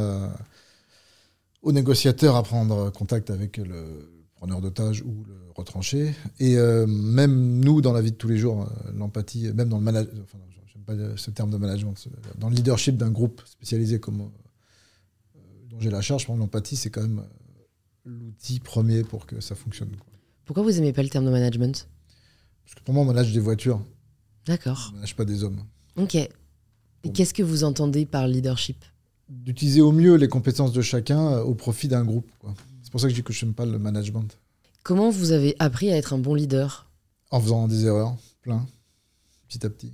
aux négociateurs à prendre contact avec le preneur d'otage ou le retranché. Et même nous, dans la vie de tous les jours, l'empathie, même dans le management, enfin, j'aime pas ce terme de management, dans le leadership d'un groupe spécialisé comme dont j'ai la charge, je pense que l'empathie, c'est quand même l'outil premier pour que ça fonctionne, quoi. Pourquoi vous n'aimez pas le terme de management? Parce que pour moi, on manage des voitures, D'accord. on manage pas des hommes. Ok. Et qu'est-ce que vous entendez par leadership? D'utiliser au mieux les compétences de chacun au profit d'un groupe, quoi. C'est pour ça que je dis que je n'aime pas le management. Comment vous avez appris à être un bon leader? En faisant des erreurs, plein, petit à petit.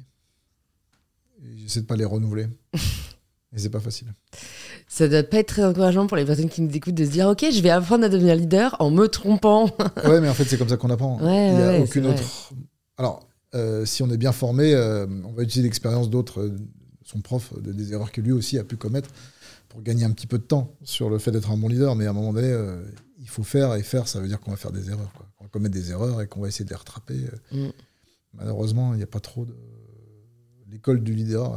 Et j'essaie de ne pas les renouveler. Et c'est pas facile. Ça doit pas être très encourageant pour les personnes qui nous écoutent de se dire « Ok, je vais apprendre à devenir leader en me trompant. » Ouais, mais en fait, c'est comme ça qu'on apprend. Ouais, il n'y a ouais, aucune autre... Alors, si on est bien formé, on va utiliser l'expérience d'autres, son prof, des erreurs que lui aussi a pu commettre pour gagner un petit peu de temps sur le fait d'être un bon leader. Mais à un moment donné, il faut faire, et faire, ça veut dire qu'on va faire des erreurs, quoi. On va commettre des erreurs et qu'on va essayer de les rattraper. Malheureusement, il n'y a pas trop de... L'école du leader...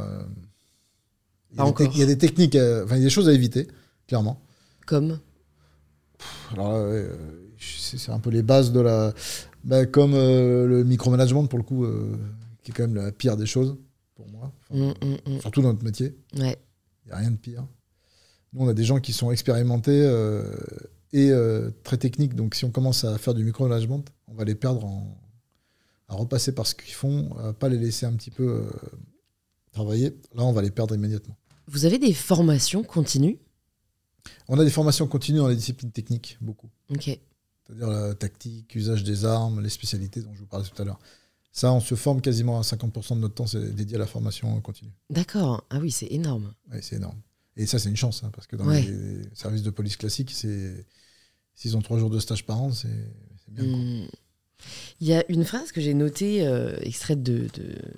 il y a des techniques, il y a des choses à éviter, clairement. Comme Alors là, c'est un peu les bases de la... comme le micromanagement, pour le coup, qui est quand même la pire des choses, pour moi. Surtout dans notre métier. Ouais. Il n'y a rien de pire. Nous, on a des gens qui sont expérimentés et très techniques. Donc, si on commence à faire du micromanagement, on va les perdre à repasser par ce qu'ils font, à ne pas les laisser un petit peu travailler. Là, on va les perdre immédiatement. Vous avez des formations continues? On a des formations continues dans les disciplines techniques, beaucoup. Ok. C'est-à-dire la tactique, usage des armes, les spécialités dont je vous parlais tout à l'heure. Ça, on se forme quasiment à 50% de notre temps, c'est dédié à la formation continue. D'accord. Ah oui, c'est énorme. Oui, c'est énorme. Et ça, c'est une chance, parce que dans les services de police classiques, s'ils ont 3 jours de stage par an, c'est bien. Il y a une phrase que j'ai notée, extraite des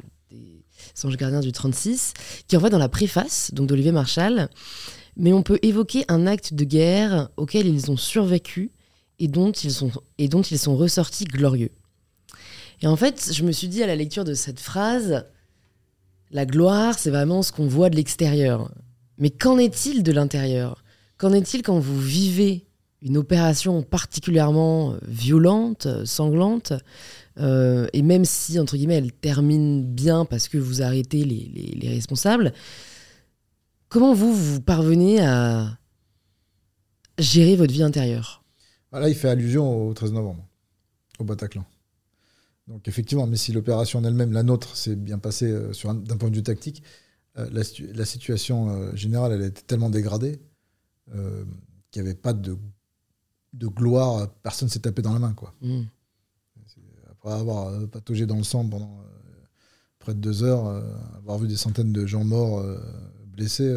Anges gardiens du 36, qui est en fait dans la préface donc d'Olivier Marchal. Mais on peut évoquer un acte de guerre auquel ils ont survécu et dont ils sont ressortis glorieux. Et en fait, je me suis dit à la lecture de cette phrase, la gloire, c'est vraiment ce qu'on voit de l'extérieur. Mais qu'en est-il de l'intérieur? Qu'en est-il quand vous vivez une opération particulièrement violente, sanglante, et même si, entre guillemets, elle termine bien parce que vous arrêtez les responsables, comment vous parvenez à gérer votre vie intérieure? Là, il fait allusion au 13 novembre, au Bataclan. Donc effectivement, mais si l'opération en elle-même, la nôtre, s'est bien passée d'un point de vue tactique, la situation générale, elle était tellement dégradée qu'il n'y avait pas de gloire, personne ne s'est tapé dans la main, quoi. Après avoir pataugé dans le sang pendant près de 2 heures, avoir vu des centaines de gens morts, blessés,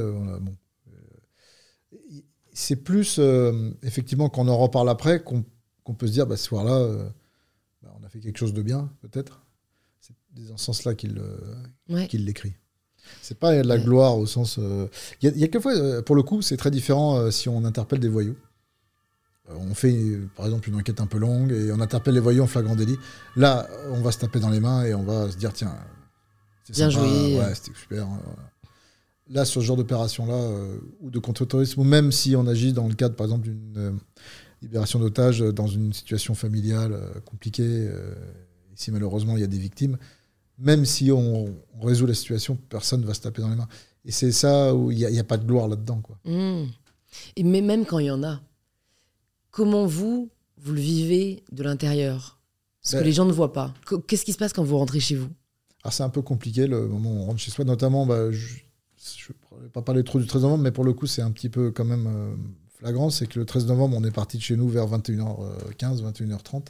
c'est plus, effectivement, quand on en reparle après, qu'on peut se dire, ce soir-là, on a fait quelque chose de bien, peut-être. C'est dans ce sens-là qu'il l'écrit. C'est pas de la gloire au sens... Il y a quelquefois, pour le coup, c'est très différent si on interpelle des voyous. On fait, par exemple, une enquête un peu longue et on interpelle les voyous en flagrant délit. Là, on va se taper dans les mains et on va se dire, tiens, c'est bien sympa, joué. Ouais, c'était super. Là, sur ce genre d'opération-là, ou de contre-terrorisme, ou même si on agit dans le cadre, par exemple, d'une libération d'otages dans une situation familiale compliquée, et si malheureusement il y a des victimes, même si on résout la situation, personne ne va se taper dans les mains. Et c'est ça où il n'y a pas de gloire là-dedans, quoi. Et mais même quand il y en a, comment vous le vivez de l'intérieur? Ce que les gens ne voient pas. Qu'est-ce qui se passe quand vous rentrez chez vous? Alors c'est un peu compliqué le moment où on rentre chez soi, notamment, je ne vais pas parler trop du 13 novembre, mais pour le coup c'est un petit peu quand même flagrant, c'est que le 13 novembre on est parti de chez nous vers 21h15, 21h30,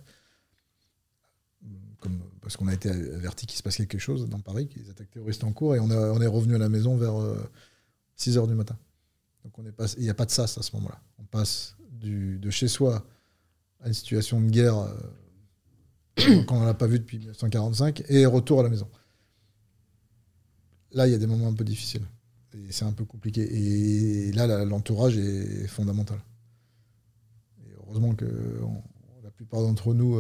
parce qu'on a été averti qu'il se passe quelque chose dans Paris, qu'il y a des attaques terroristes en cours, et on est revenu à la maison vers 6h du matin. Donc il n'y a pas de sas à ce moment-là. On passe de chez soi à une situation de guerre qu'on n'a pas vue depuis 1945, et retour à la maison. là, il y a des moments un peu difficiles. Et c'est un peu compliqué. Et là, l'entourage est fondamental. Et heureusement que la plupart d'entre nous,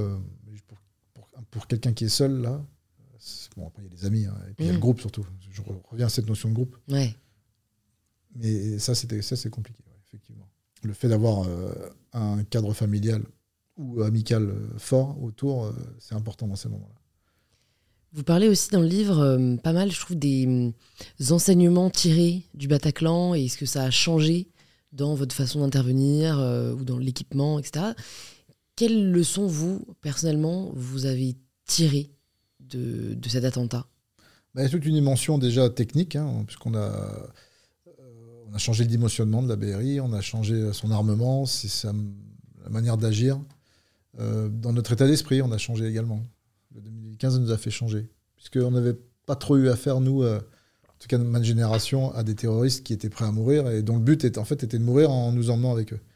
pour quelqu'un qui est seul, là, bon, après, il y a les amis, hein, et puis il y a le groupe surtout. Je reviens à cette notion de groupe. Ouais. Mais ça, c'est compliqué, ouais, effectivement. Le fait d'avoir un cadre familial ou amical fort autour, c'est important dans ces moments-là. Vous parlez aussi dans le livre pas mal, je trouve, des enseignements tirés du Bataclan et ce que ça a changé dans votre façon d'intervenir ou dans l'équipement, etc. Quelles leçons, vous, personnellement, vous avez tirées de cet attentat ? Il y a toute une dimension déjà technique, hein, puisqu'on a changé le dimensionnement de la BRI, on a changé son armement, la manière d'agir. Dans notre état d'esprit, on a changé également. Le 2015 nous a fait changer, puisqu'on n'avait pas trop eu affaire, nous, en tout cas ma génération, à des terroristes qui étaient prêts à mourir et dont le but était de mourir en nous emmenant avec eux.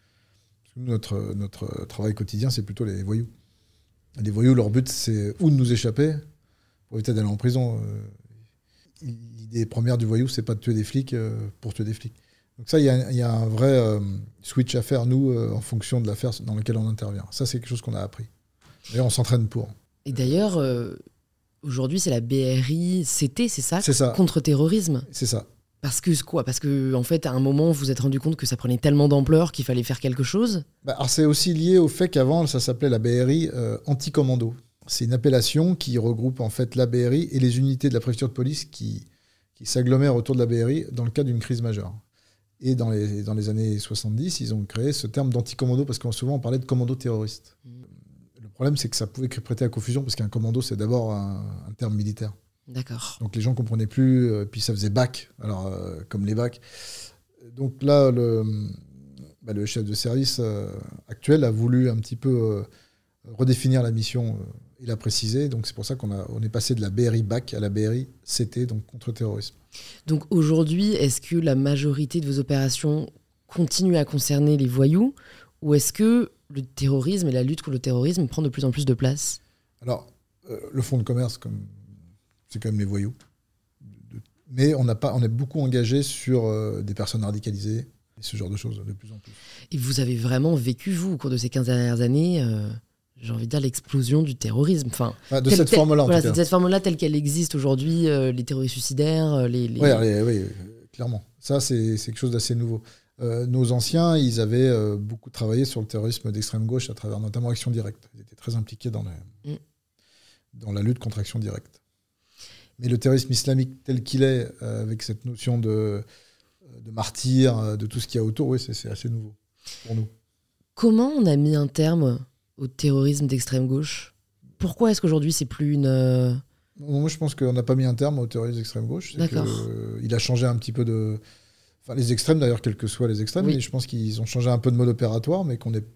Notre travail quotidien, c'est plutôt les voyous. Les voyous, leur but, c'est ou de nous échapper, pour éviter d'aller en prison. L'idée première du voyou, c'est pas de tuer des flics pour tuer des flics. Donc ça, il y a un vrai switch à faire, nous, en fonction de l'affaire dans laquelle on intervient. Ça, c'est quelque chose qu'on a appris. D'ailleurs, on s'entraîne pour. Et d'ailleurs, aujourd'hui, c'est la BRI-CT, c'est ça ? C'est ça. Contre-terrorisme. C'est ça. Parce que quoi ? Parce qu'en fait, à un moment, vous vous êtes rendu compte que ça prenait tellement d'ampleur qu'il fallait faire quelque chose ? Alors c'est aussi lié au fait qu'avant, ça s'appelait la BRI anti-commando. C'est une appellation qui regroupe en fait la BRI et les unités de la préfecture de police qui s'agglomèrent autour de la BRI dans le cas d'une crise majeure. Et dans les années 70, ils ont créé ce terme d'anti-commando parce que souvent on parlait de commando terroriste. Le problème, c'est que ça pouvait prêter à confusion parce qu'un commando, c'est d'abord un terme militaire. D'accord. Donc les gens ne comprenaient plus, puis ça faisait BAC, alors, comme les BAC. Donc là, le chef de service actuel a voulu un petit peu redéfinir la mission et la préciser. Donc c'est pour ça qu'on est passé de la BRI BAC à la BRI CT, donc contre-terrorisme. Donc aujourd'hui, est-ce que la majorité de vos opérations continuent à concerner les voyous ou est-ce que le terrorisme et la lutte contre le terrorisme prend de plus en plus de place ? Alors, le fonds de commerce, c'est quand même les voyous. Mais on est beaucoup engagé sur des personnes radicalisées et ce genre de choses, de plus en plus. Et vous avez vraiment vécu, vous, au cours de ces 15 dernières années, j'ai envie de dire, l'explosion du terrorisme. Enfin, de cette forme-là, en tout cas. De cette forme-là, telle qu'elle existe aujourd'hui, les théories suicidaires, Oui, clairement. Ça, c'est quelque chose d'assez nouveau. Nos anciens, ils avaient beaucoup travaillé sur le terrorisme d'extrême gauche à travers notamment Action Directe. Ils étaient très impliqués dans la lutte contre Action Directe. Mais le terrorisme islamique tel qu'il est, avec cette notion de martyr, de tout ce qu'il y a autour, oui, c'est assez nouveau pour nous. Comment on a mis un terme au terrorisme d'extrême gauche ? Pourquoi est-ce qu'aujourd'hui, c'est plus une... Moi, je pense qu'on n'a pas mis un terme au terrorisme d'extrême gauche. D'accord. Il a changé un petit peu de... Enfin, les extrêmes, d'ailleurs, quels que soient les extrêmes, Oui. mais je pense qu'ils ont changé un peu de mode opératoire, mais qu'on est...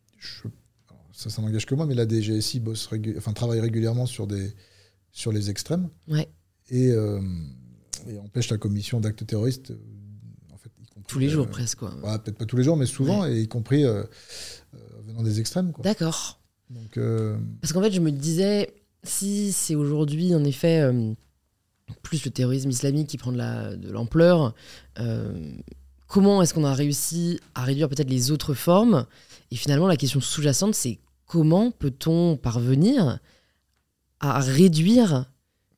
Ça n'engage que moi, mais la DGSI travaille régulièrement sur les extrêmes. Ouais. Et empêche la commission d'actes terroristes, en fait, y compris, Tous les jours, presque, quoi. Ouais, peut-être pas tous les jours, mais souvent, et y compris venant des extrêmes, quoi. D'accord. Donc, Parce qu'en fait, je me disais, si c'est aujourd'hui, en effet, plus le terrorisme islamique qui prend de l'ampleur, comment est-ce qu'on a réussi à réduire peut-être les autres formes ? Et finalement, la question sous-jacente, c'est comment peut-on parvenir à réduire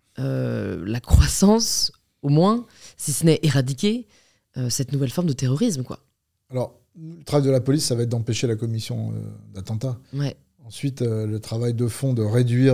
la croissance, au moins, si ce n'est éradiquer cette nouvelle forme de terrorisme, quoi. Alors, le travail de la police, ça va être d'empêcher la commission d'attentats. Ouais. Ensuite, le travail de fond de réduire,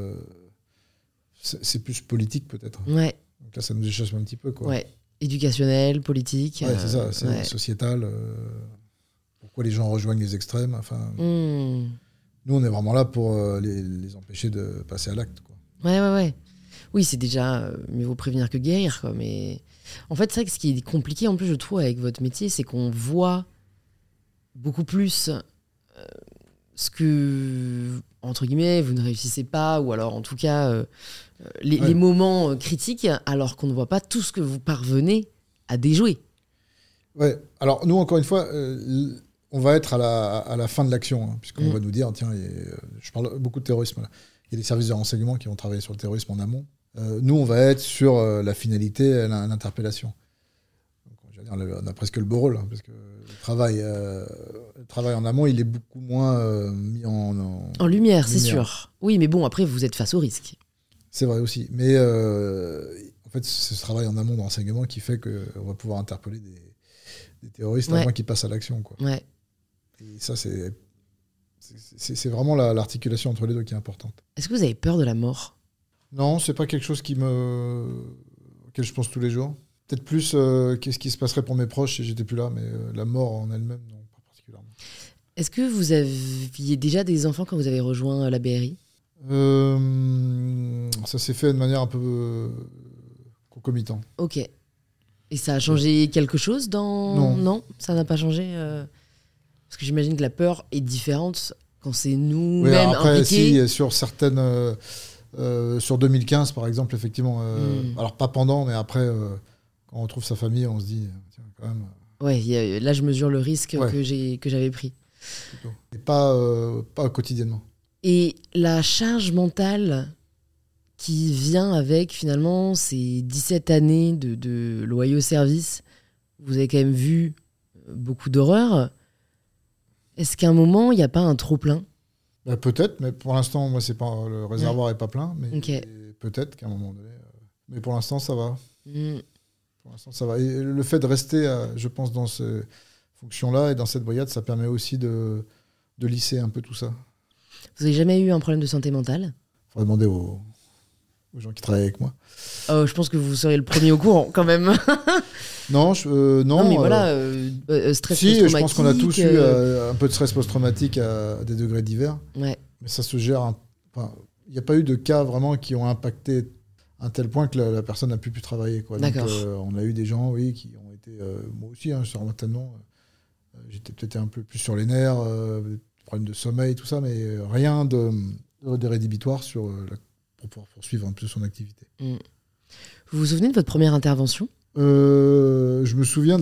c'est plus politique peut-être. Ouais. Donc là, ça nous échappe un petit peu, quoi. Ouais. Éducationnel, politique. Ouais, c'est ça, c'est sociétal. Pourquoi les gens rejoignent les extrêmes. Enfin, nous, on est vraiment là pour les empêcher de passer à l'acte, quoi. Ouais. Oui, c'est déjà mieux vaut prévenir que guérir, quoi. Mais en fait, c'est vrai que ce qui est compliqué, en plus, je trouve, avec votre métier, c'est qu'on voit beaucoup plus ce que, entre guillemets, vous ne réussissez pas, ou alors, en tout cas, les moments critiques, alors qu'on ne voit pas tout ce que vous parvenez à déjouer. Ouais. Alors, nous, encore une fois, on va être à la fin de l'action, hein, puisqu'on va nous dire, tiens, je parle beaucoup de terrorisme, là. Il y a des services de renseignement qui vont travailler sur le terrorisme en amont. Nous, on va être sur la finalité, l'interpellation. On a presque le beau rôle, parce que le travail en amont, il est beaucoup moins mis en lumière, c'est sûr. Oui, mais bon, après, vous êtes face au risque. C'est vrai aussi. Mais en fait, c'est ce travail en amont de renseignement qui fait qu'on va pouvoir interpeller des terroristes avant qu'ils passent à l'action, quoi. Ouais. Et ça, c'est vraiment l'articulation entre les deux qui est importante. Est-ce que vous avez peur de la mort ? Non, c'est pas quelque chose auquel je pense tous les jours. Peut-être plus qu'est-ce qui se passerait pour mes proches si j'étais plus là, mais la mort en elle-même, non, pas particulièrement. Est-ce que vous aviez déjà des enfants quand vous avez rejoint la BRI ? Ça s'est fait de manière un peu concomitante. Ok. Et ça a changé quelque chose Non, ça n'a pas changé Parce que j'imagine que la peur est différente quand c'est nous-mêmes impliqués. Si, sur certaines... sur 2015, par exemple, effectivement. Alors, pas pendant, mais après... Quand on retrouve sa famille, on se dit, tiens, quand même... Ouais, là, je mesure le risque que j'avais pris. Plutôt. Et pas quotidiennement. Et la charge mentale qui vient avec, finalement, ces 17 années de loyaux service, vous avez quand même vu beaucoup d'horreurs. Est-ce qu'à un moment, il n'y a pas un trop-plein ? Peut-être, mais pour l'instant, moi, le réservoir n'est pas plein. Mais peut-être qu'à un moment donné... mais pour l'instant, ça va. Pour l'instant, ça va. Et le fait de rester, je pense, dans ces fonctions-là et dans cette brigade, ça permet aussi de lisser un peu tout ça. Vous n'avez jamais eu un problème de santé mentale ? Il faudrait demander aux gens qui travaillent avec moi. Je pense que vous seriez le premier au courant, quand même. Non, mais voilà, stress post-traumatique. Je pense qu'on a tous eu un peu de stress post-traumatique à des degrés divers. Ouais. Mais ça se gère. Il n'y a pas eu de cas vraiment qui ont impacté à un tel point que la personne n'a plus pu travailler, quoi. Donc, on a eu des gens, oui, qui ont été... moi aussi, certainement. J'étais peut-être un peu plus sur les nerfs, des problèmes de sommeil, tout ça, mais rien de rédhibitoire pour pouvoir poursuivre un peu son activité. Vous vous souvenez de votre première intervention ? Je me souviens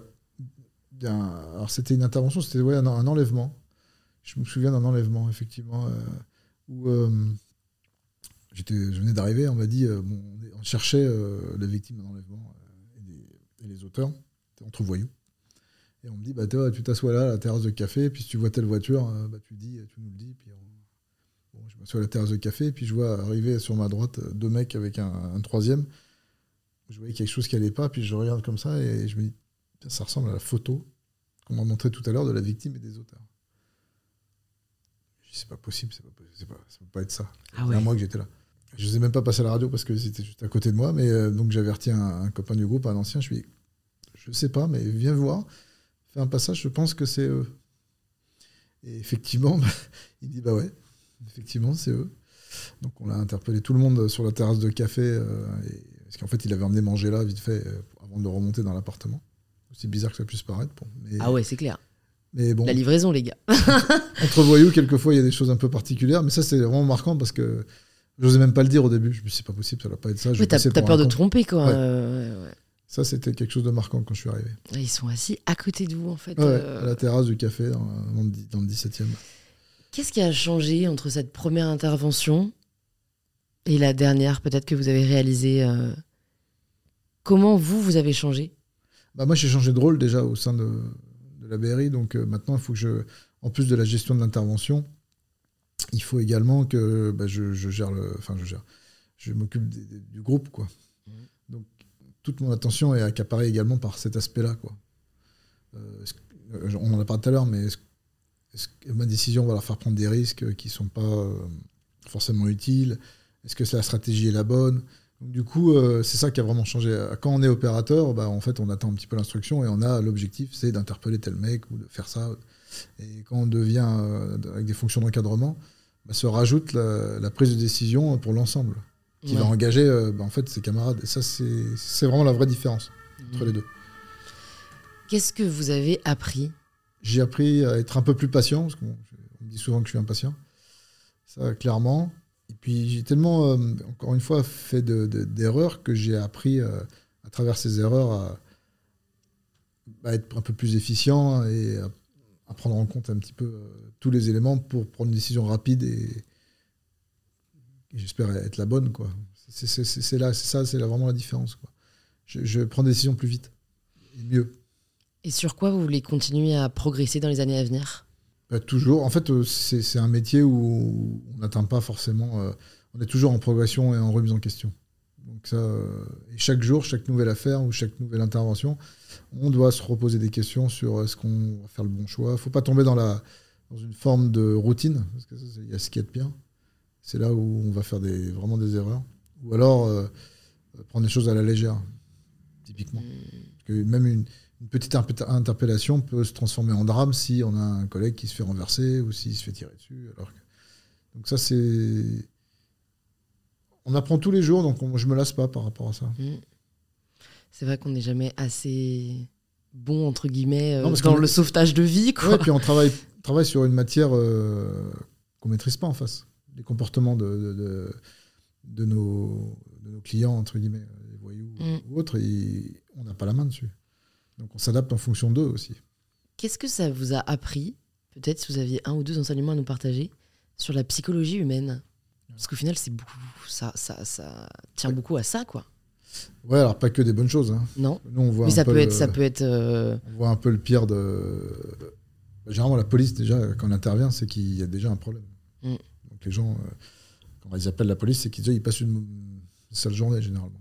alors c'était une intervention, c'était un enlèvement. Je me souviens d'un enlèvement, effectivement, où je venais d'arriver, on m'a dit, on cherchait les victimes d'un enlèvement et les auteurs, entre voyous. Et on me dit, tu t'assois là à la terrasse de café, puis si tu vois telle voiture, tu nous le dis. Puis je m'assois à la terrasse de café, puis je vois arriver sur ma droite 2 mecs avec un troisième. Je voyais quelque chose qui allait pas, puis je regarde comme ça et je me dis, ça ressemble à la photo qu'on m'a montrée tout à l'heure de la victime et des auteurs. Je dis, c'est pas possible, ça peut pas être ça. C'est à moi que j'étais là. Je n'osais même pas passer à la radio parce que c'était juste à côté de moi, mais donc j'ai averti un copain du groupe, un ancien, je lui dis, je sais pas, mais viens voir, fais un passage, je pense que c'est eux. Et effectivement, il dit, ouais, effectivement, c'est eux. Donc on a interpellé tout le monde sur la terrasse de café, parce qu'en fait, il avait emmené manger là, vite fait, avant de remonter dans l'appartement. Aussi bizarre que ça puisse paraître. Ah ouais, c'est clair. Mais bon, la livraison, les gars. Entre voyous, quelquefois, il y a des choses un peu particulières, mais ça, c'est vraiment marquant parce que j'osais même pas le dire au début. Je me suis dit, c'est pas possible, ça doit pas être ça. Oui, t'as peur de te tromper, quoi. Ouais. Ça, c'était quelque chose de marquant quand je suis arrivé. Ils sont assis à côté de vous, en fait. À la terrasse du café, dans le 17e. Qu'est-ce qui a changé entre cette première intervention et la dernière, peut-être, que vous avez réalisée Comment vous avez changé ? Moi, j'ai changé de rôle déjà au sein de la BRI. Donc maintenant, il faut que en plus de la gestion de l'intervention, il faut également que je m'occupe du groupe, quoi. Donc toute mon attention est accaparée également par cet aspect-là, quoi. On en a parlé tout à l'heure, mais est-ce que ma décision va leur faire prendre des risques qui ne sont pas forcément utiles ? Est-ce que la stratégie est la bonne ? Donc, du coup, c'est ça qui a vraiment changé. Quand on est opérateur, en fait, on attend un petit peu l'instruction et on a l'objectif, c'est d'interpeller tel mec ou de faire ça. Et quand on devient avec des fonctions d'encadrement, se rajoute la prise de décision pour l'ensemble, qui va engager en fait, ses camarades. Et ça, c'est vraiment la vraie différence entre les deux. Qu'est-ce que vous avez appris ? J'ai appris à être un peu plus patient, parce qu'on me dit souvent que je suis impatient. Ça, clairement. Et puis, j'ai tellement, encore une fois, fait d'erreurs que j'ai appris, à travers ces erreurs, à être un peu plus efficient et à prendre en compte un petit peu tous les éléments pour prendre une décision rapide et j'espère être la bonne, quoi. C'est là, c'est là vraiment la différence, quoi. Je prends des décisions plus vite et mieux. Et sur quoi vous voulez continuer à progresser dans les années à venir ? Toujours. En fait, c'est un métier où on n'atteint pas forcément... on est toujours en progression et en remise en question. Donc ça, et chaque jour, chaque nouvelle affaire ou chaque nouvelle intervention, on doit se reposer des questions sur est-ce qu'on va faire le bon choix. Il ne faut pas tomber dans une forme de routine, parce que il y a ce qui est de pire. C'est là où on va faire vraiment des erreurs. Ou alors prendre les choses à la légère, typiquement. Parce que même une petite interpellation peut se transformer en drame si on a un collègue qui se fait renverser ou s'il se fait tirer dessus. Donc ça, c'est... On apprend tous les jours, donc je me lasse pas par rapport à ça. C'est vrai qu'on n'est jamais assez bon, entre guillemets, non, dans le sauvetage de vie, quoi. Ouais, puis on travaille sur une matière qu'on maîtrise pas en face. Les comportements de nos clients, entre guillemets, les voyous ou autres, on n'a pas la main dessus. Donc on s'adapte en fonction d'eux aussi. Qu'est-ce que ça vous a appris, peut-être si vous aviez 1 ou 2 enseignements à nous partager, sur la psychologie humaine ? Parce qu'au final, c'est beaucoup, ça tient beaucoup à ça, quoi. Ouais, alors pas que des bonnes choses. Hein. Non. Nous, on voit mais ça peut être. On voit un peu le pire de. Généralement, la police, déjà, quand on intervient, c'est qu'il y a déjà un problème. Donc les gens, quand ils appellent la police, c'est qu'ils passent une sale journée, généralement.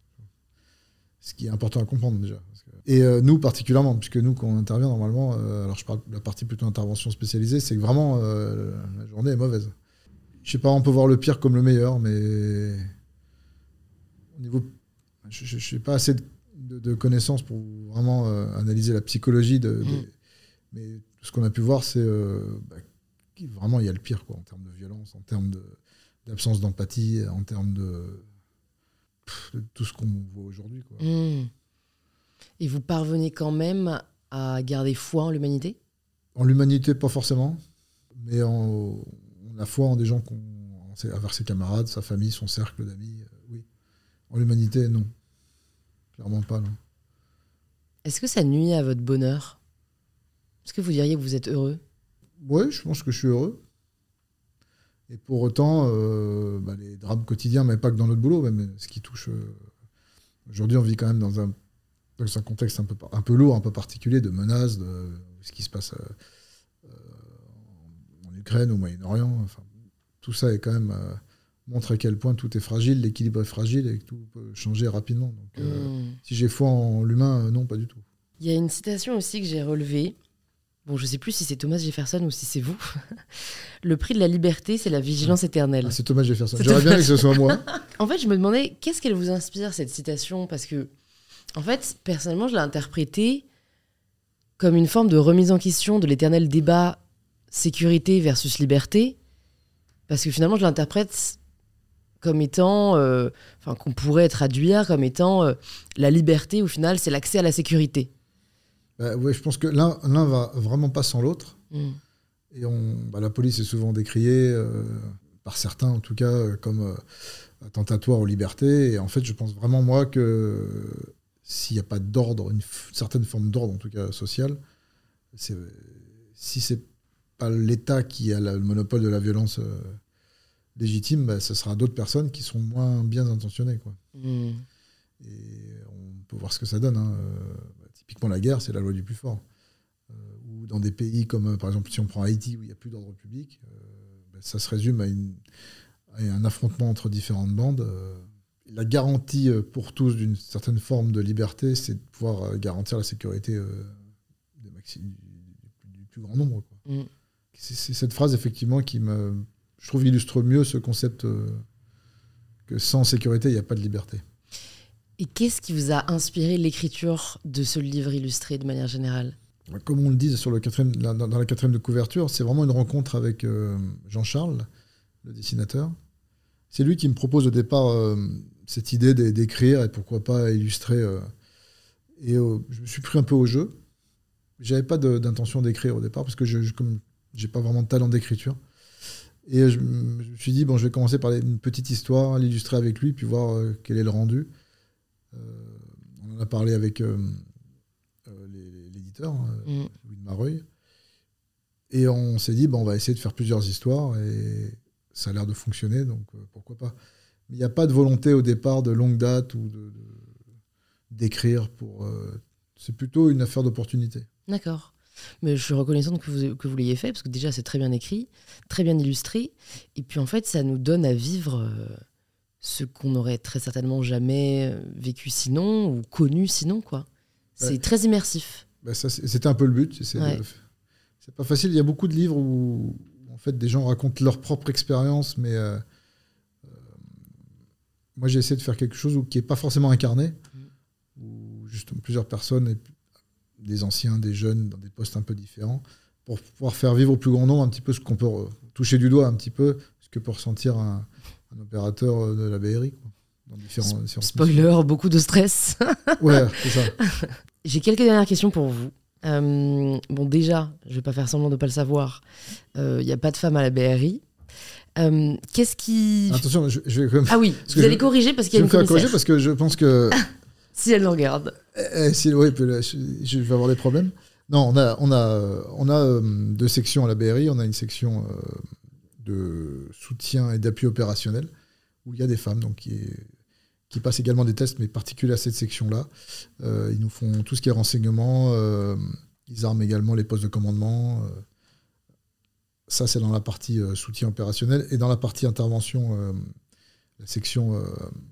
Ce qui est important à comprendre, déjà. Et nous, particulièrement, puisque nous, quand on intervient, normalement, alors je parle de la partie plutôt intervention spécialisée, c'est que vraiment, la journée est mauvaise. Je sais pas, on peut voir le pire comme le meilleur, mais au niveau, je n'ai pas assez de connaissances pour vraiment analyser la psychologie. Mais tout ce qu'on a pu voir, c'est vraiment il y a le pire, quoi, en termes de violence, en termes d'absence d'empathie, en termes de tout ce qu'on voit aujourd'hui, quoi. Et vous parvenez quand même à garder foi en l'humanité ? En l'humanité, pas forcément, mais on a foi en des gens envers ses camarades, sa famille, son cercle d'amis, oui. En l'humanité, non. Clairement pas, non. Est-ce que ça nuit à votre bonheur ? Est-ce que vous diriez que vous êtes heureux ? Oui, je pense que je suis heureux. Et pour autant, les drames quotidiens, mais pas que dans notre boulot, même ce qui touche... Aujourd'hui, on vit quand même dans un contexte un peu lourd, un peu particulier, de menaces, de ce qui se passe en Ukraine, au Moyen-Orient. Enfin, tout ça est quand même montre à quel point tout est fragile, l'équilibre est fragile et que tout peut changer rapidement. Donc, si j'ai foi en l'humain, non, pas du tout. Il y a une citation aussi que j'ai relevée. Bon, je ne sais plus si c'est Thomas Jefferson ou si c'est vous. Le prix de la liberté, c'est la vigilance éternelle. Ah, c'est Thomas Jefferson. J'aurais bien aimé que ce soit moi. En fait, je me demandais, qu'est-ce qu'elle vous inspire, cette citation ? Parce que, en fait, personnellement, je l'ai interprétée comme une forme de remise en question de l'éternel débat sécurité versus liberté. Parce que finalement, je l'interprète comme étant, qu'on pourrait traduire comme étant la liberté, au final, c'est l'accès à la sécurité. Ouais, je pense que l'un va vraiment pas sans l'autre. Et la police est souvent décriée, par certains en tout cas, comme attentatoire aux libertés. Et en fait, je pense vraiment, moi, que s'il n'y a pas d'ordre, une certaine forme d'ordre, en tout cas social, si c'est pas l'État qui a le monopole de la violence légitime, ce sera d'autres personnes qui seront moins bien intentionnées, quoi. Et on peut voir ce que ça donne, hein. Typiquement, la guerre, c'est la loi du plus fort. Ou dans des pays comme, par exemple, si on prend Haïti, où il n'y a plus d'ordre public, ça se résume à un affrontement entre différentes bandes. La garantie pour tous d'une certaine forme de liberté, c'est de pouvoir garantir la sécurité du plus grand nombre, quoi. C'est cette phrase, effectivement, qui je trouve, illustre mieux ce concept que sans sécurité, il n'y a pas de liberté. Et qu'est-ce qui vous a inspiré l'écriture de ce livre illustré de manière générale ? Comme on le dit dans la 4e de couverture, c'est vraiment une rencontre avec Jean-Charles, le dessinateur. C'est lui qui me propose au départ cette idée d'écrire et pourquoi pas illustrer. Et je me suis pris un peu au jeu. J'avais pas d'intention d'écrire au départ parce que comme j'ai pas vraiment de talent d'écriture. Et je me suis dit, je vais commencer par une petite histoire, l'illustrer avec lui, puis voir quel est le rendu. On en a parlé avec l'éditeur, Louis de Mareuil. Et on s'est dit, on va essayer de faire plusieurs histoires et ça a l'air de fonctionner, donc pourquoi pas. Il n'y a pas de volonté au départ de longue date ou d'écrire. C'est plutôt une affaire d'opportunité. D'accord. Mais je suis reconnaissante que vous l'ayez fait, parce que déjà, c'est très bien écrit, très bien illustré. Et puis, en fait, ça nous donne à vivre ce qu'on n'aurait très certainement jamais vécu sinon, ou connu sinon, quoi. C'est très immersif. C'était un peu le but. C'est pas facile. Il y a beaucoup de livres où, en fait, des gens racontent leur propre expérience, mais moi, j'ai essayé de faire quelque chose qui n'est pas forcément incarné, où juste plusieurs personnes, des anciens, des jeunes, dans des postes un peu différents, pour pouvoir faire vivre au plus grand nombre un petit peu ce qu'on peut toucher du doigt un petit peu, ce que peut ressentir un opérateur de la BRI, quoi, dans différents Spoiler, beaucoup de stress. Ouais, c'est ça. J'ai quelques dernières questions pour vous. Bon, déjà, je vais pas faire semblant de pas le savoir. Il y a pas de femme à la BRI. Qu'est-ce qui... Attention, je vais quand même... Ah oui, vous allez corriger parce qu'il y a une commissaire. Je vais me faire corriger parce que je pense que... Si elle nous regarde. Oui, je vais avoir des problèmes. Non, on a 2 sections à la BRI. On a une section de soutien et d'appui opérationnel où il y a des femmes donc, qui passent également des tests, mais particuliers à cette section-là. Ils nous font tout ce qui est renseignement. Ils arment également les postes de commandement. Ça, c'est dans la partie soutien opérationnel. Et dans la partie intervention, la section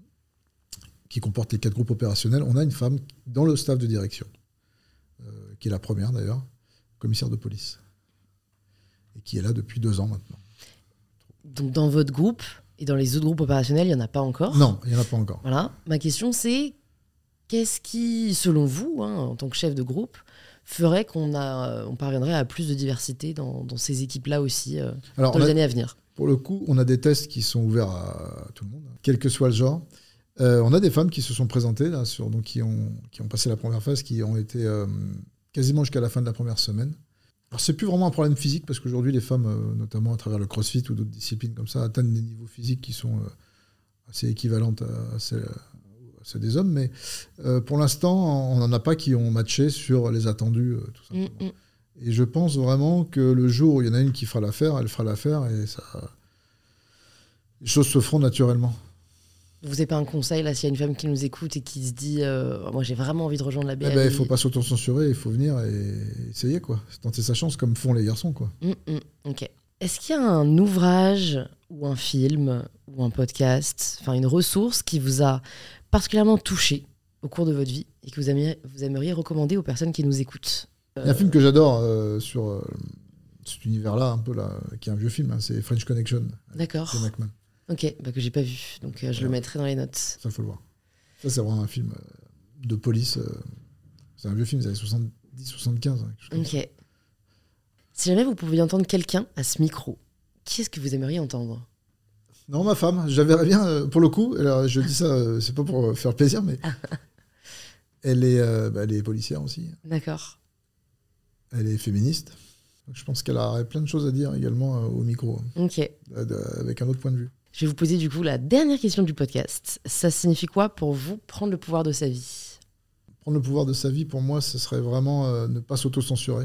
qui comporte les 4 groupes opérationnels, on a une femme dans le staff de direction, qui est la première d'ailleurs, commissaire de police, et qui est là depuis 2 ans maintenant. Donc dans votre groupe et dans les autres groupes opérationnels, il n'y en a pas encore ? Non, il n'y en a pas encore. Voilà. Ma question c'est, qu'est-ce qui, selon vous, en tant que chef de groupe, ferait qu'on parviendrait à plus de diversité dans ces équipes-là aussi dans les années à venir ? Pour le coup, on a des tests qui sont ouverts à tout le monde, quel que soit le genre. On a des femmes qui se sont présentées, là, donc qui ont passé la première phase, qui ont été quasiment jusqu'à la fin de la première semaine. Alors, c'est plus vraiment un problème physique, parce qu'aujourd'hui, les femmes, notamment à travers le crossfit ou d'autres disciplines comme ça, atteignent des niveaux physiques qui sont assez équivalentes à ceux des hommes. Mais pour l'instant, on n'en a pas qui ont matché sur les attendus, tout simplement. Et je pense vraiment que le jour où il y en a une qui fera l'affaire, elle fera l'affaire, et ça, les choses se feront naturellement. Vous n'avez pas un conseil, là, s'il y a une femme qui nous écoute et qui se dit moi, j'ai vraiment envie de rejoindre la BRI. Il ne faut pas s'auto-censurer, il faut venir et essayer, quoi. Tenter sa chance, comme font les garçons, quoi. Ok. Est-ce qu'il y a un ouvrage ou un film ou un podcast, enfin une ressource qui vous a particulièrement touché au cours de votre vie et que vous aimeriez recommander aux personnes qui nous écoutent ? Il y a un film que j'adore sur cet univers-là, un peu là, qui est un vieux film, c'est French Connection. D'accord. De McMahon. Ok, que j'ai pas vu, donc je le mettrai dans les notes. Ça, faut le voir. Ça, c'est vraiment un film de police. C'est un vieux film des années 70-75. Ok. Si jamais vous pouviez entendre quelqu'un à ce micro, qui est-ce que vous aimeriez entendre ? Non, ma femme. Je la verrais bien, pour le coup. Alors, je dis ça, c'est pas pour faire plaisir, mais elle est policière aussi. D'accord. Elle est féministe. Donc, je pense qu'elle aurait plein de choses à dire également au micro. Ok. Avec un autre point de vue. Je vais vous poser du coup la dernière question du podcast. Ça signifie quoi pour vous prendre le pouvoir de sa vie ? Prendre le pouvoir de sa vie, pour moi, ce serait vraiment ne pas s'auto-censurer.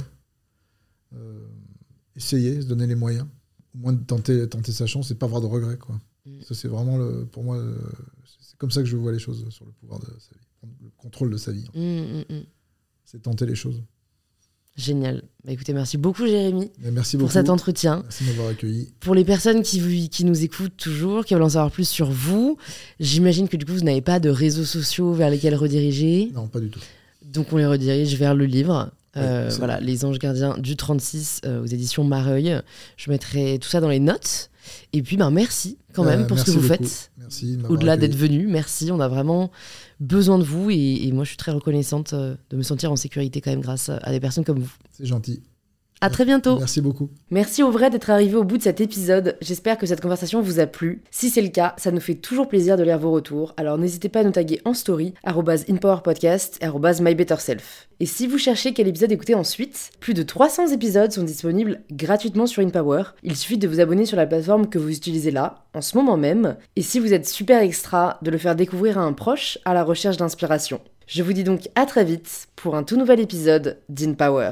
Essayer, se donner les moyens. Au moins de tenter sa chance et pas avoir de regrets, quoi. Ça, c'est vraiment, pour moi, c'est comme ça que je vois les choses sur le pouvoir de sa vie. Prendre le contrôle de sa vie. C'est tenter les choses. Génial. Écoutez, merci beaucoup Jérémy merci pour beaucoup. Cet entretien. Merci de m'avoir accueilli. Pour les personnes qui nous écoutent toujours, qui veulent en savoir plus sur vous, j'imagine que du coup vous n'avez pas de réseaux sociaux vers lesquels rediriger. Non, pas du tout. Donc on les redirige vers le livre. Voilà, Les Anges Gardiens du 36 aux éditions Mareuil. Je mettrai tout ça dans les notes. Et puis merci quand même pour ce que vous faites. Merci. Au-delà d'être venu, merci. On a vraiment besoin de vous et moi je suis très reconnaissante de me sentir en sécurité quand même grâce à des personnes comme vous. C'est gentil. À très bientôt. Merci beaucoup. Merci au vrai d'être arrivé au bout de cet épisode. J'espère que cette conversation vous a plu. Si c'est le cas, ça nous fait toujours plaisir de lire vos retours. Alors n'hésitez pas à nous taguer en story @inpowerpodcast et @mybetterself. Et si vous cherchez quel épisode écouter ensuite, plus de 300 épisodes sont disponibles gratuitement sur InPower. Il suffit de vous abonner sur la plateforme que vous utilisez là, en ce moment même. Et si vous êtes super extra, de le faire découvrir à un proche à la recherche d'inspiration. Je vous dis donc à très vite pour un tout nouvel épisode d'InPower.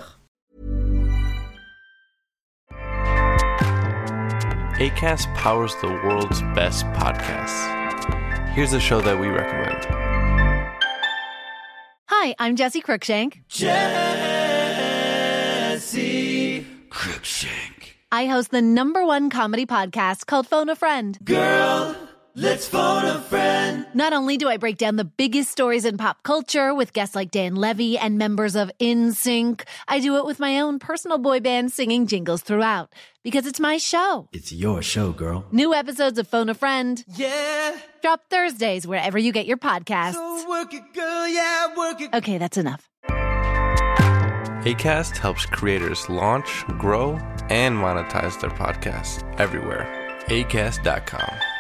Acast powers the world's best podcasts. here's a show that we recommend. Hi, I'm Jessie Cruikshank. Jessie Cruikshank. I host the #1 comedy podcast called Phone a Friend. Girl, let's phone a friend. Not only do I break down the biggest stories in pop culture with guests like Dan Levy and members of NSYNC, I do it with my own personal boy band singing jingles throughout. Because it's my show. It's your show, girl. New episodes of Phone a Friend Yeah. drop Thursdays wherever you get your podcasts. So work it, girl, yeah, work it. Okay, that's enough. Acast helps creators launch, grow, and monetize their podcasts everywhere. Acast.com.